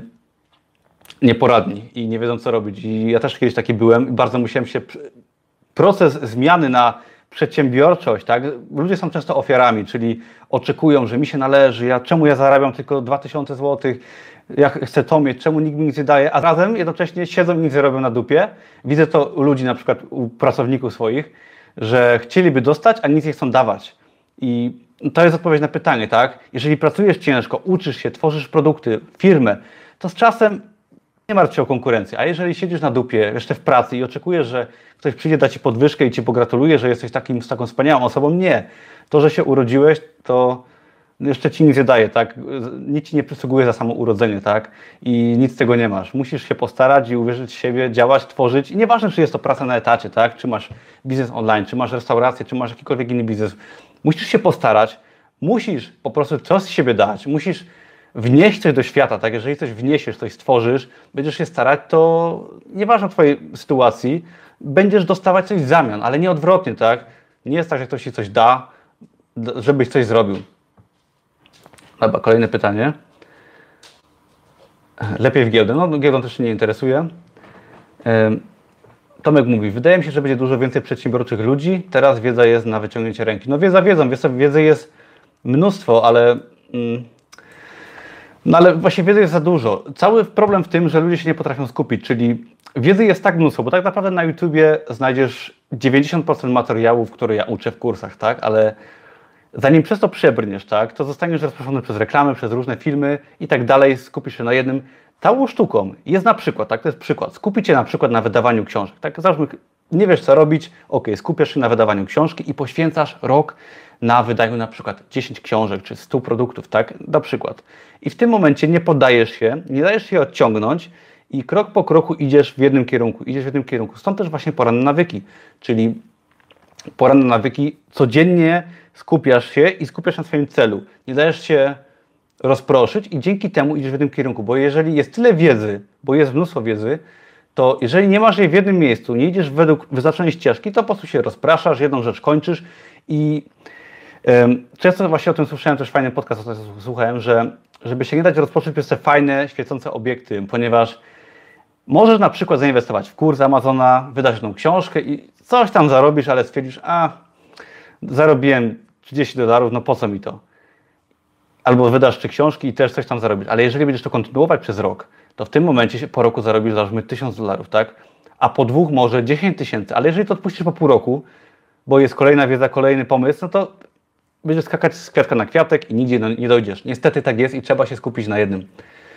nieporadni i nie wiedzą, co robić. I ja też kiedyś taki byłem i bardzo musiałem się... Proces zmiany na przedsiębiorczość, tak? Ludzie są często ofiarami, czyli oczekują, że mi się należy, ja, czemu ja zarabiam tylko dwa tysiące złotych, ja chcę to mieć, czemu nikt mi nic nie daje, a razem jednocześnie siedzą i nic nie robią na dupie. Widzę to u ludzi, na przykład u pracowników swoich, że chcieliby dostać, a nic nie chcą dawać. I to jest odpowiedź na pytanie, tak? Jeżeli pracujesz ciężko, uczysz się, tworzysz produkty, firmę, to z czasem nie martw się o konkurencję, a jeżeli siedzisz na dupie, jeszcze w pracy i oczekujesz, że ktoś przyjdzie, da ci podwyżkę i ci pogratuluje, że jesteś takim, z taką wspaniałą osobą, nie. To, że się urodziłeś, to jeszcze ci nic nie daje, tak? Nic ci nie przysługuje za samo urodzenie, tak? I nic z tego nie masz. Musisz się postarać i uwierzyć w siebie, działać, tworzyć. I nieważne, czy jest to praca na etacie, tak? Czy masz biznes online, czy masz restaurację, czy masz jakikolwiek inny biznes. Musisz się postarać, musisz po prostu coś z siebie dać, musisz wnieść coś do świata, tak? Jeżeli coś wniesiesz, coś stworzysz, będziesz się starać, to nieważne w twojej sytuacji, będziesz dostawać coś w zamian, ale nie odwrotnie, tak? Nie jest tak, że ktoś ci coś da, żebyś coś zrobił. Dobra, kolejne pytanie. Lepiej w giełdę. No, giełdą też się nie interesuje. Tomek mówi, wydaje mi się, że będzie dużo więcej przedsiębiorczych ludzi, teraz wiedza jest na wyciągnięcie ręki. No wiedza wiedzą, wiedzy jest mnóstwo, ale... Mm, No ale właśnie wiedzy jest za dużo. Cały problem w tym, że ludzie się nie potrafią skupić, czyli wiedzy jest tak mnóstwo, bo tak naprawdę na YouTubie znajdziesz dziewięćdziesiąt procent materiałów, które ja uczę w kursach, tak? Ale zanim przez to przebrniesz, tak, to zostaniesz rozproszony przez reklamy, przez różne filmy i tak dalej, skupisz się na jednym. Całą sztuką jest na przykład, tak, to jest przykład, skupić się na przykład na wydawaniu książek, tak, załóżmy, nie wiesz co robić, ok, skupiasz się na wydawaniu książki i poświęcasz rok na wydaniu na przykład dziesięć książek czy stu produktów, tak, na przykład. I w tym momencie nie poddajesz się, nie dajesz się odciągnąć i krok po kroku idziesz w jednym kierunku, idziesz w jednym kierunku. Stąd też właśnie poranne nawyki, czyli poranne nawyki, codziennie skupiasz się i skupiasz na swoim celu. Nie dajesz się rozproszyć i dzięki temu idziesz w jednym kierunku, bo jeżeli jest tyle wiedzy, bo jest mnóstwo wiedzy, to jeżeli nie masz jej w jednym miejscu, nie idziesz według wyznaczonej ścieżki, to po prostu się rozpraszasz, jedną rzecz kończysz i um, często właśnie o tym słyszałem, też fajny podcast o tym słuchałem, że żeby się nie dać rozproszyć przez te fajne, świecące obiekty, ponieważ możesz na przykład zainwestować w kurs Amazona, wydać tą książkę i coś tam zarobisz, ale stwierdzisz, a zarobiłem trzydzieści dolarów, no po co mi to? Albo wydasz trzy książki i też coś tam zarobisz, ale jeżeli będziesz to kontynuować przez rok, to w tym momencie po roku zarobisz, załóżmy, tysiąc dolarów, tak? A po dwóch może dziesięć tysięcy, ale jeżeli to odpuścisz po pół roku, bo jest kolejna wiedza, kolejny pomysł, no to będziesz skakać z kwiatka na kwiatek i nigdzie nie dojdziesz. Niestety tak jest i trzeba się skupić na jednym.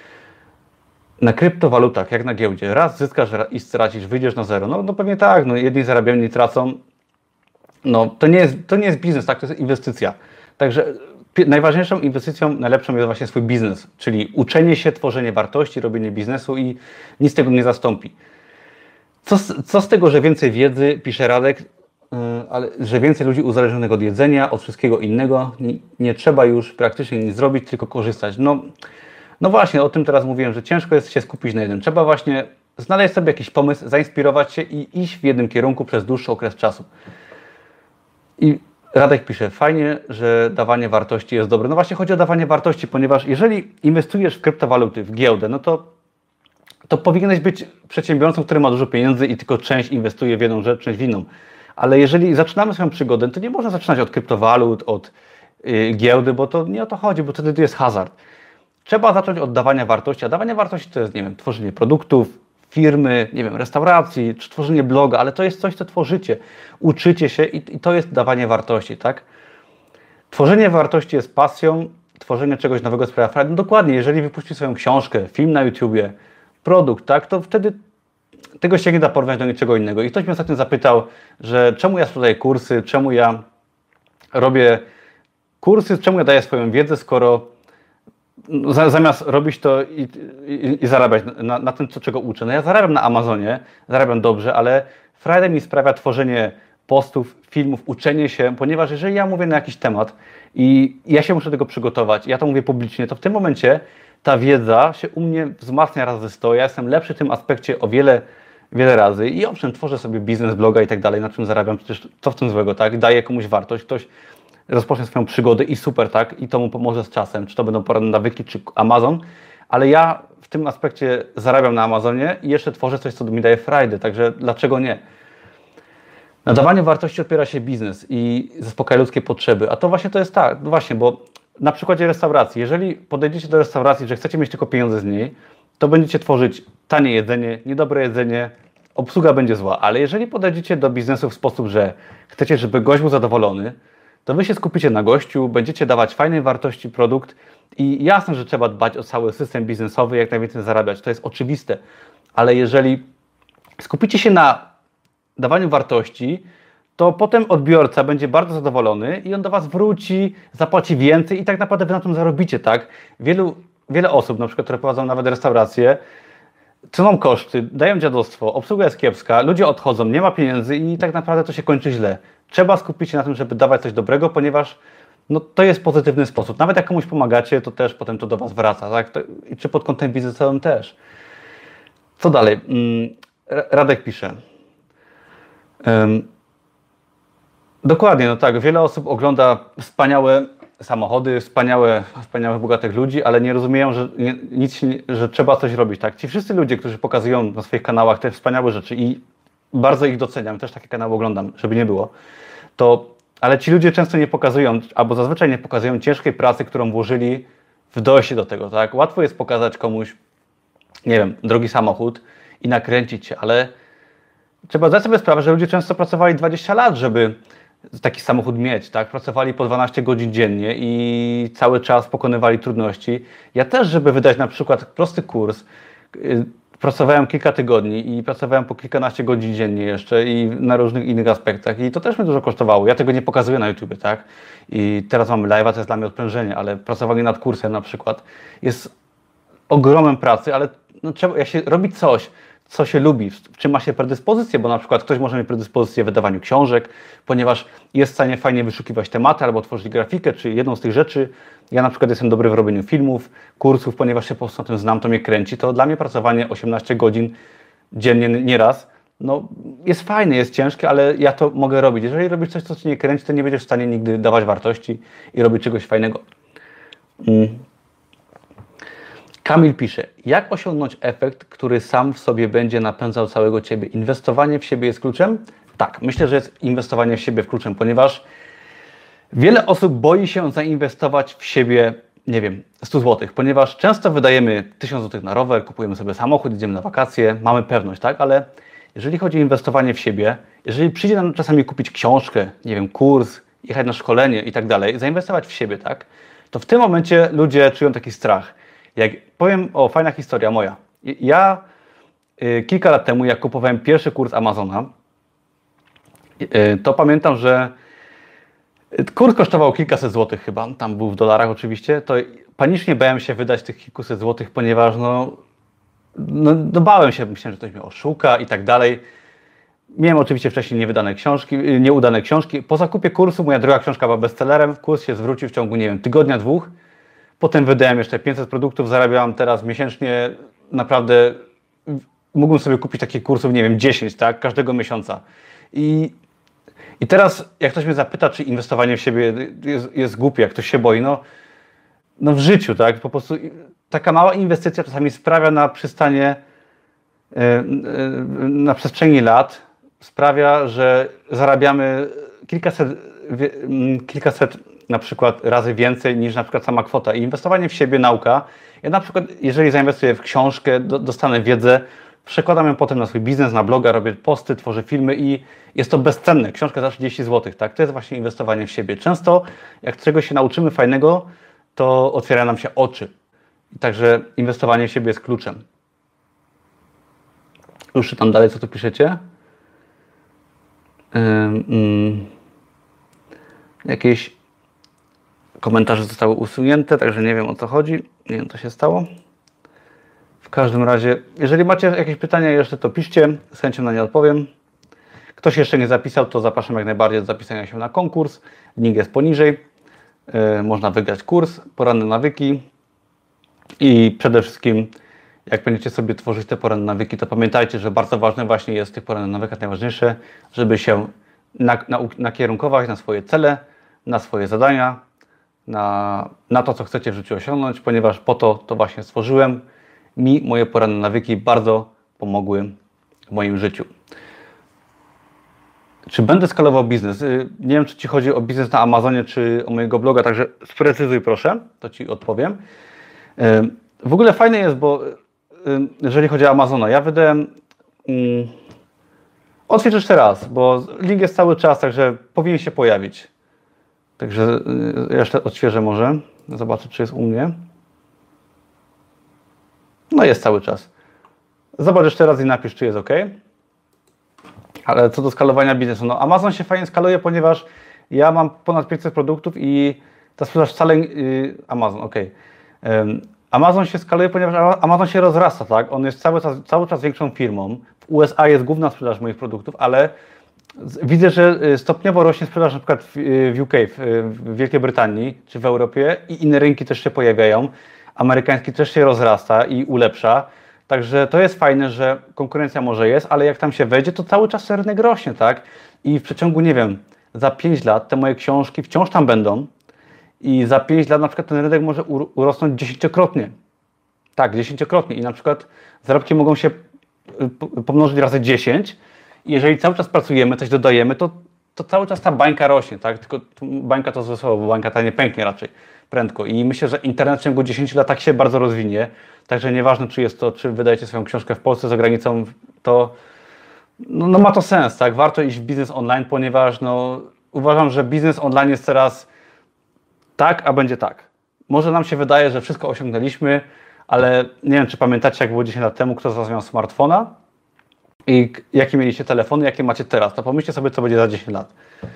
Na kryptowalutach, jak na giełdzie, raz zyskasz i stracisz, wyjdziesz na zero. No, no pewnie tak, no jedni zarabiają, inni tracą. No to nie jest, to nie jest biznes, tak? To jest inwestycja. Także najważniejszą inwestycją, najlepszą jest właśnie swój biznes, czyli uczenie się, tworzenie wartości, robienie biznesu i nic tego nie zastąpi. Co z, co z tego, że więcej wiedzy, pisze Radek, ale że więcej ludzi uzależnionych od jedzenia, od wszystkiego innego, nie, nie trzeba już praktycznie nic zrobić, tylko korzystać. No, no właśnie, o tym teraz mówiłem, że ciężko jest się skupić na jednym. Trzeba właśnie znaleźć sobie jakiś pomysł, zainspirować się i iść w jednym kierunku przez dłuższy okres czasu. I Radek pisze, fajnie, że dawanie wartości jest dobre. No właśnie chodzi o dawanie wartości, ponieważ jeżeli inwestujesz w kryptowaluty, w giełdę, no to, to powinieneś być przedsiębiorcą, który ma dużo pieniędzy i tylko część inwestuje w jedną rzecz, część w inną. Ale jeżeli zaczynamy swoją przygodę, to nie można zaczynać od kryptowalut, od yy, giełdy, bo to nie o to chodzi, bo wtedy to jest hazard. Trzeba zacząć od dawania wartości, a dawanie wartości to jest, nie wiem, tworzenie produktów, firmy, nie wiem, restauracji, czy tworzenie bloga, ale to jest coś, co tworzycie, uczycie się i, i to jest dawanie wartości, tak? Tworzenie wartości jest pasją, tworzenie czegoś nowego sprawia frajdę. No dokładnie, jeżeli wypuścisz swoją książkę, film na YouTubie, produkt, tak, to wtedy tego się nie da porównać do niczego innego. I ktoś mnie ostatnio zapytał, że czemu ja sprzedaję kursy, czemu ja robię kursy, czemu ja daję swoją wiedzę, skoro zamiast robić to i, i, i zarabiać na, na tym, co, czego uczę. No ja zarabiam na Amazonie, zarabiam dobrze, ale frajdę mi sprawia tworzenie postów, filmów, uczenie się, ponieważ jeżeli ja mówię na jakiś temat i ja się muszę do tego przygotować, ja to mówię publicznie, to w tym momencie ta wiedza się u mnie wzmacnia razy sto, ja jestem lepszy w tym aspekcie o wiele, wiele razy i owszem, tworzę sobie biznes, bloga i tak dalej, na czym zarabiam, przecież co w tym złego, tak? Daję komuś wartość, ktoś rozpocznie swoją przygodę i super, tak? I to mu pomoże z czasem, czy to będą poradne nawyki, czy Amazon, ale ja w tym aspekcie zarabiam na Amazonie i jeszcze tworzę coś, co mi daje frajdę, także dlaczego nie? Na dawaniu wartości opiera się biznes i zaspokaja ludzkie potrzeby, a to właśnie to jest tak, no właśnie, bo na przykładzie restauracji, jeżeli podejdziecie do restauracji, że chcecie mieć tylko pieniądze z niej, to będziecie tworzyć tanie jedzenie, niedobre jedzenie, obsługa będzie zła, ale jeżeli podejdziecie do biznesu w sposób, że chcecie, żeby gość był zadowolony, to wy się skupicie na gościu, będziecie dawać fajnej wartości produkt i jasne, że trzeba dbać o cały system biznesowy, jak najwięcej zarabiać, to jest oczywiste, ale jeżeli skupicie się na dawaniu wartości, to potem odbiorca będzie bardzo zadowolony i on do was wróci, zapłaci więcej i tak naprawdę wy na tym zarobicie, tak? Wielu, wiele osób, na przykład, które prowadzą nawet restauracje, ceną koszty, dają dziadostwo, obsługa jest kiepska, ludzie odchodzą, nie ma pieniędzy i tak naprawdę to się kończy źle. Trzeba skupić się na tym, żeby dawać coś dobrego, ponieważ no, to jest pozytywny sposób. Nawet jak komuś pomagacie, to też potem to do was wraca, tak? To, czy pod kątem biznesowym też. Co dalej? Radek pisze. Um, dokładnie, no tak. Wiele osób ogląda wspaniałe samochody, wspaniałe, wspaniałych, bogatych ludzi, ale nie rozumieją, że, nie, nic, że trzeba coś robić, tak? Ci wszyscy ludzie, którzy pokazują na swoich kanałach te wspaniałe rzeczy i bardzo ich doceniam, też takie kanały oglądam, żeby nie było, to, ale ci ludzie często nie pokazują, albo zazwyczaj nie pokazują ciężkiej pracy, którą włożyli w dojście do tego, tak? Łatwo jest pokazać komuś, nie wiem, drogi samochód i nakręcić się, ale trzeba zdać sobie sprawę, że ludzie często pracowali dwadzieścia lat, żeby taki samochód mieć, tak? Pracowali po dwanaście godzin dziennie i cały czas pokonywali trudności. Ja też, żeby wydać na przykład prosty kurs, pracowałem kilka tygodni i pracowałem po kilkanaście godzin dziennie jeszcze i na różnych innych aspektach i to też mnie dużo kosztowało. Ja tego nie pokazuję na YouTubie, tak? I teraz mamy live'a, to jest dla mnie odprężenie, ale pracowanie nad kursem na przykład jest ogromem pracy, ale no, trzeba jak się robić coś, co się lubi, w czym ma się predyspozycję, bo na przykład ktoś może mieć predyspozycję w wydawaniu książek, ponieważ jest w stanie fajnie wyszukiwać tematy albo tworzyć grafikę, czy jedną z tych rzeczy. Ja na przykład jestem dobry w robieniu filmów, kursów, ponieważ się po prostu na tym znam, to mnie kręci. To dla mnie pracowanie osiemnaście godzin dziennie nieraz, no jest fajne, jest ciężkie, ale ja to mogę robić. Jeżeli robisz coś, co Cię nie kręci, to nie będziesz w stanie nigdy dawać wartości i robić czegoś fajnego. Mm. Kamil pisze, jak osiągnąć efekt, który sam w sobie będzie napędzał całego Ciebie? Inwestowanie w siebie jest kluczem? Tak, myślę, że jest inwestowanie w siebie kluczem, ponieważ wiele osób boi się zainwestować w siebie, nie wiem, sto złotych, ponieważ często wydajemy tysiąc złotych na rower, kupujemy sobie samochód, idziemy na wakacje, mamy pewność, tak? Ale jeżeli chodzi o inwestowanie w siebie, jeżeli przyjdzie nam czasami kupić książkę, nie wiem, kurs, jechać na szkolenie i tak dalej, zainwestować w siebie, tak? To w tym momencie ludzie czują taki strach. Jak powiem, o, fajna historia moja. Ja y, kilka lat temu, jak kupowałem pierwszy kurs Amazona, y, to pamiętam, że kurs kosztował kilkaset złotych chyba, tam był w dolarach oczywiście, to panicznie bałem się wydać tych kilkuset złotych, ponieważ no, no, no bałem się, myślałem, że ktoś mnie oszuka i tak dalej. Miałem oczywiście wcześniej niewydane książki, nieudane książki. Po zakupie kursu moja druga książka była bestsellerem. Kurs się zwrócił w ciągu, nie wiem, tygodnia, dwóch. Potem wydałem jeszcze pięćset produktów, zarabiałam teraz miesięcznie naprawdę, mógłbym sobie kupić takich kursów, nie wiem, dziesięć, tak, każdego miesiąca. I, i teraz jak ktoś mnie zapyta, czy inwestowanie w siebie jest, jest głupie, jak ktoś się boi, no, no w życiu, tak, po prostu taka mała inwestycja czasami sprawia na przystanie, na przestrzeni lat, sprawia, że zarabiamy kilkaset, kilkaset na przykład razy więcej niż na przykład sama kwota. I inwestowanie w siebie, nauka. Ja na przykład, jeżeli zainwestuję w książkę, do, dostanę wiedzę, przekładam ją potem na swój biznes, na bloga, robię posty, tworzę filmy i jest to bezcenne. Książka za trzydzieści złotych, tak? To jest właśnie inwestowanie w siebie. Często jak czegoś się nauczymy fajnego, to otwiera nam się oczy. I także inwestowanie w siebie jest kluczem. Już czytam dalej, co tu piszecie. Um, jakieś komentarze zostały usunięte, także nie wiem, o co chodzi. Nie wiem, co się stało. W każdym razie, jeżeli macie jakieś pytania jeszcze, to piszcie. Z chęcią na nie odpowiem. Ktoś jeszcze nie zapisał, to zapraszam jak najbardziej do zapisania się na konkurs. Link jest poniżej. Yy, można wygrać kurs, poranne nawyki. I przede wszystkim, jak będziecie sobie tworzyć te poranne nawyki, to pamiętajcie, że bardzo ważne właśnie jest w tych porannych nawykach, najważniejsze, żeby się na, na, nakierunkować na swoje cele, na swoje zadania, na, na to, co chcecie w życiu osiągnąć, ponieważ po to to właśnie stworzyłem. Mi moje poranne nawyki bardzo pomogły w moim życiu. Czy będę skalował biznes? Nie wiem, czy Ci chodzi o biznes na Amazonie, czy o mojego bloga, także sprecyzuj proszę, to Ci odpowiem. W ogóle fajne jest, bo jeżeli chodzi o Amazona, ja wydałem... Hmm, otwierz jeszcze raz, bo link jest cały czas, także powinien się pojawić. Także jeszcze odświeżę może. Zobaczę, czy jest u mnie. No jest cały czas. Zobacz jeszcze raz i napisz, czy jest OK. Ale co do skalowania biznesu, no Amazon się fajnie skaluje, ponieważ ja mam ponad pięćset produktów i ta sprzedaż wcale... Yy, Amazon, OK. Um, Amazon się skaluje, ponieważ Amazon się rozrasta, tak? On jest cały czas, cały czas większą firmą. W U S A jest główna sprzedaż moich produktów, ale widzę, że stopniowo rośnie sprzedaż na przykład w U K, w Wielkiej Brytanii czy w Europie i inne rynki też się pojawiają. Amerykański też się rozrasta i ulepsza. Także to jest fajne, że konkurencja może jest, ale jak tam się wejdzie, to cały czas ten rynek rośnie, tak? I w przeciągu, nie wiem, za pięć lat te moje książki wciąż tam będą i za pięć lat na przykład ten rynek może urosnąć dziesięciokrotnie. Tak, dziesięciokrotnie i na przykład zarobki mogą się pomnożyć razy dziesięć. I jeżeli cały czas pracujemy, coś dodajemy, to, to cały czas ta bańka rośnie, tak? Tylko bańka to złe słowo, bo bańka ta nie pęknie raczej prędko. I myślę, że internet w ciągu dziesięciu lat tak się bardzo rozwinie. Także nieważne, czy jest to, czy wydajecie swoją książkę w Polsce, za granicą, to no, no ma to sens, tak? Warto iść w biznes online, ponieważ no, uważam, że biznes online jest teraz tak, a będzie tak. Może nam się wydaje, że wszystko osiągnęliśmy, ale nie wiem, czy pamiętacie, jak było dziesięć lat temu, kto z Was miał smartfona i jakie mieliście telefony, jakie macie teraz. To pomyślcie sobie, co będzie za dziesięć lat.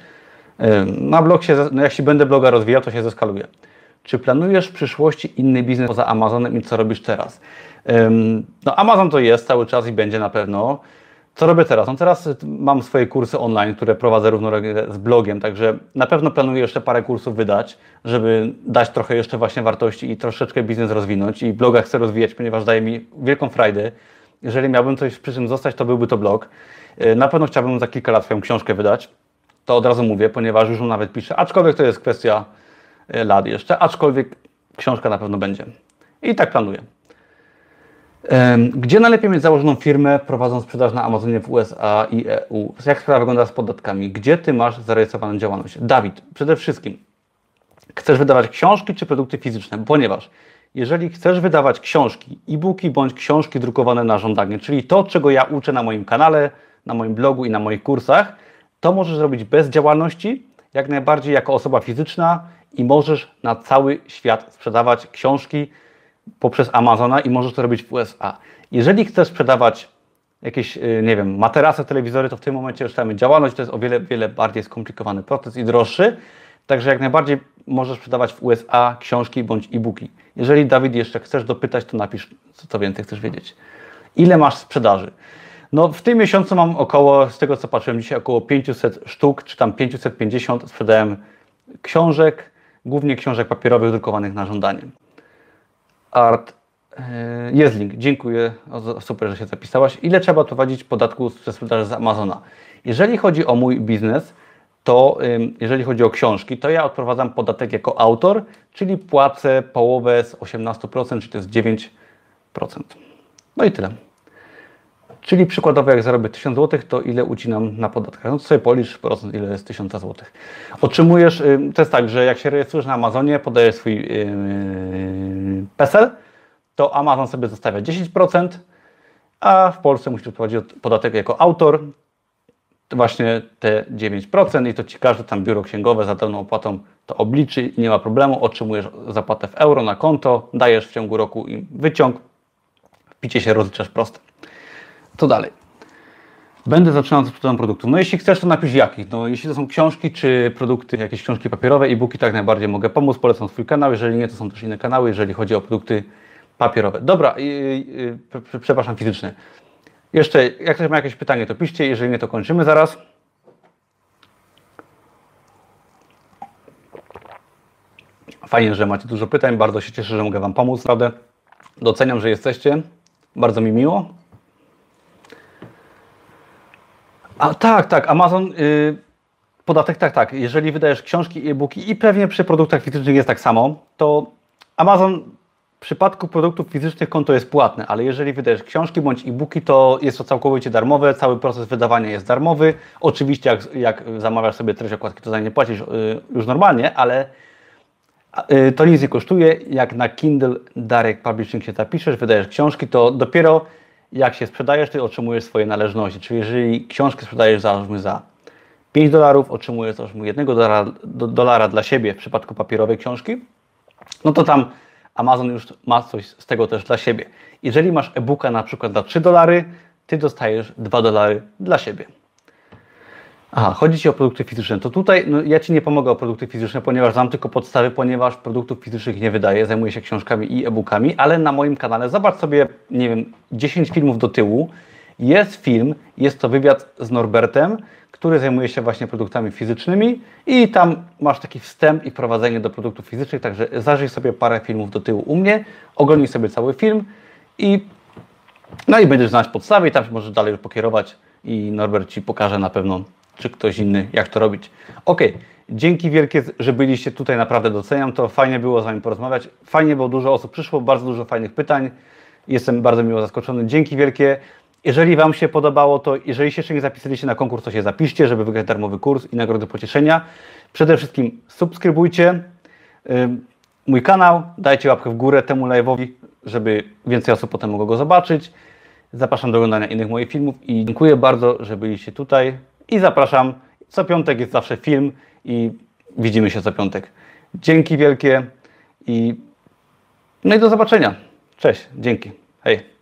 Na blog się, no jeśli będę bloga rozwijał, to się zeskaluje. Czy planujesz w przyszłości inny biznes poza Amazonem i co robisz teraz? No Amazon to jest cały czas i będzie na pewno. Co robię teraz? No teraz mam swoje kursy online, które prowadzę równolegle z blogiem, także na pewno planuję jeszcze parę kursów wydać, żeby dać trochę jeszcze właśnie wartości i troszeczkę biznes rozwinąć i bloga chcę rozwijać, ponieważ daje mi wielką frajdę. Jeżeli miałbym coś przy czym zostać, to byłby to blog. Na pewno chciałbym za kilka lat swoją książkę wydać, to od razu mówię, ponieważ już ją nawet piszę, aczkolwiek to jest kwestia lat jeszcze, aczkolwiek książka na pewno będzie. I tak planuję. Gdzie najlepiej mieć założoną firmę, prowadząc sprzedaż na Amazonie w U S A i E U? Jak sprawa wygląda z podatkami? Gdzie Ty masz zarejestrowaną działalność? Dawid, przede wszystkim chcesz wydawać książki czy produkty fizyczne? Ponieważ jeżeli chcesz wydawać książki, e-booki bądź książki drukowane na żądanie, czyli to, czego ja uczę na moim kanale, na moim blogu i na moich kursach, to możesz robić bez działalności, jak najbardziej jako osoba fizyczna i możesz na cały świat sprzedawać książki poprzez Amazona i możesz to robić w U S A. Jeżeli chcesz sprzedawać jakieś, nie wiem, materace, telewizory, to w tym momencie już mamy działalność, to jest o wiele, wiele bardziej skomplikowany proces i droższy. Także jak najbardziej możesz sprzedawać w U S A książki bądź e-booki. Jeżeli, Dawid, jeszcze chcesz dopytać, to napisz, co więcej chcesz wiedzieć. Ile masz sprzedaży? No w tym miesiącu mam około, z tego co patrzyłem dzisiaj, około pięćset sztuk, czy tam pięćset pięćdziesiąt sprzedałem książek, głównie książek papierowych drukowanych na żądanie. Art, jest link, dziękuję, o, super, że się zapisałaś. Ile trzeba prowadzić podatku ze sprzedaży z Amazona? Jeżeli chodzi o mój biznes, to jeżeli chodzi o książki, to ja odprowadzam podatek jako autor, czyli płacę połowę z osiemnaście procent, czyli to jest dziewięć procent. No i tyle. Czyli przykładowo jak zarobię tysiąc złotych, to ile ucinam na podatkach? No to sobie policz procent, ile jest tysiąc złotych. Otrzymujesz, to jest tak, że jak się rejestrujesz na Amazonie, podajesz swój yy, PESEL, to Amazon sobie zostawia dziesięć procent, a w Polsce musisz prowadzić podatek jako autor, to właśnie te dziewięć procent i to Ci każde tam biuro księgowe za daną opłatą to obliczy i nie ma problemu, otrzymujesz zapłatę w euro na konto, dajesz w ciągu roku im wyciąg, w picie się rozliczasz proste. To dalej. Będę zaczynał od sprzedaży produktów. No jeśli chcesz, to napisz jakich. No jeśli to są książki czy produkty, jakieś książki papierowe, e-booki, tak najbardziej mogę pomóc. Polecam swój kanał. Jeżeli nie, to są też inne kanały, jeżeli chodzi o produkty papierowe. Dobra, yy, yy, przepraszam, fizyczne. Jeszcze, jak ktoś ma jakieś pytanie, to piszcie. Jeżeli nie, to kończymy zaraz. Fajnie, że macie dużo pytań. Bardzo się cieszę, że mogę Wam pomóc. Naprawdę doceniam, że jesteście. Bardzo mi miło. A tak, tak, Amazon, yy, podatek, tak, tak. Jeżeli wydajesz książki i e-booki i pewnie przy produktach fizycznych jest tak samo, to Amazon w przypadku produktów fizycznych konto jest płatne, ale jeżeli wydajesz książki bądź e-booki, to jest to całkowicie darmowe, cały proces wydawania jest darmowy. Oczywiście jak, jak zamawiasz sobie treść okładki, to za nie płacisz yy, już normalnie, ale yy, to nic nie kosztuje. Jak na Kindle Direct Publishing się zapiszesz, wydajesz książki, to dopiero jak się sprzedajesz, ty otrzymujesz swoje należności. Czyli jeżeli książkę sprzedajesz załóżmy za pięć dolarów, otrzymujesz załóżmy jednego dolara, do, dolara dla siebie w przypadku papierowej książki, no to tam Amazon już ma coś z tego też dla siebie. Jeżeli masz e-booka na przykład za trzy dolary, ty dostajesz dwa dolary dla siebie. Aha, chodzi Ci o produkty fizyczne. To tutaj no, ja Ci nie pomogę o produkty fizyczne, ponieważ znam tylko podstawy, ponieważ produktów fizycznych nie wydaję, zajmuję się książkami i e-bookami, ale na moim kanale zobacz sobie, nie wiem, dziesięć filmów do tyłu. Jest film, jest to wywiad z Norbertem, który zajmuje się właśnie produktami fizycznymi i tam masz taki wstęp i wprowadzenie do produktów fizycznych, także zajrzyj sobie parę filmów do tyłu u mnie, oglądnij sobie cały film i no i będziesz znać podstawy i tam możesz dalej już pokierować i Norbert Ci pokaże na pewno, czy ktoś inny, jak to robić. Ok, dzięki wielkie, że byliście tutaj, naprawdę doceniam to. Fajnie było z Wami porozmawiać. Fajnie, bo dużo osób przyszło, bardzo dużo fajnych pytań. Jestem bardzo miło zaskoczony. Dzięki wielkie. Jeżeli Wam się podobało, to jeżeli się jeszcze nie zapisaliście na konkurs, to się zapiszcie, żeby wygrać darmowy kurs i nagrody pocieszenia. Przede wszystkim subskrybujcie mój kanał, dajcie łapkę w górę temu live'owi, żeby więcej osób potem mogło go zobaczyć. Zapraszam do oglądania innych moich filmów i dziękuję bardzo, że byliście tutaj. I zapraszam, co piątek jest zawsze film i widzimy się co piątek. Dzięki wielkie i no i do zobaczenia. Cześć, dzięki, hej.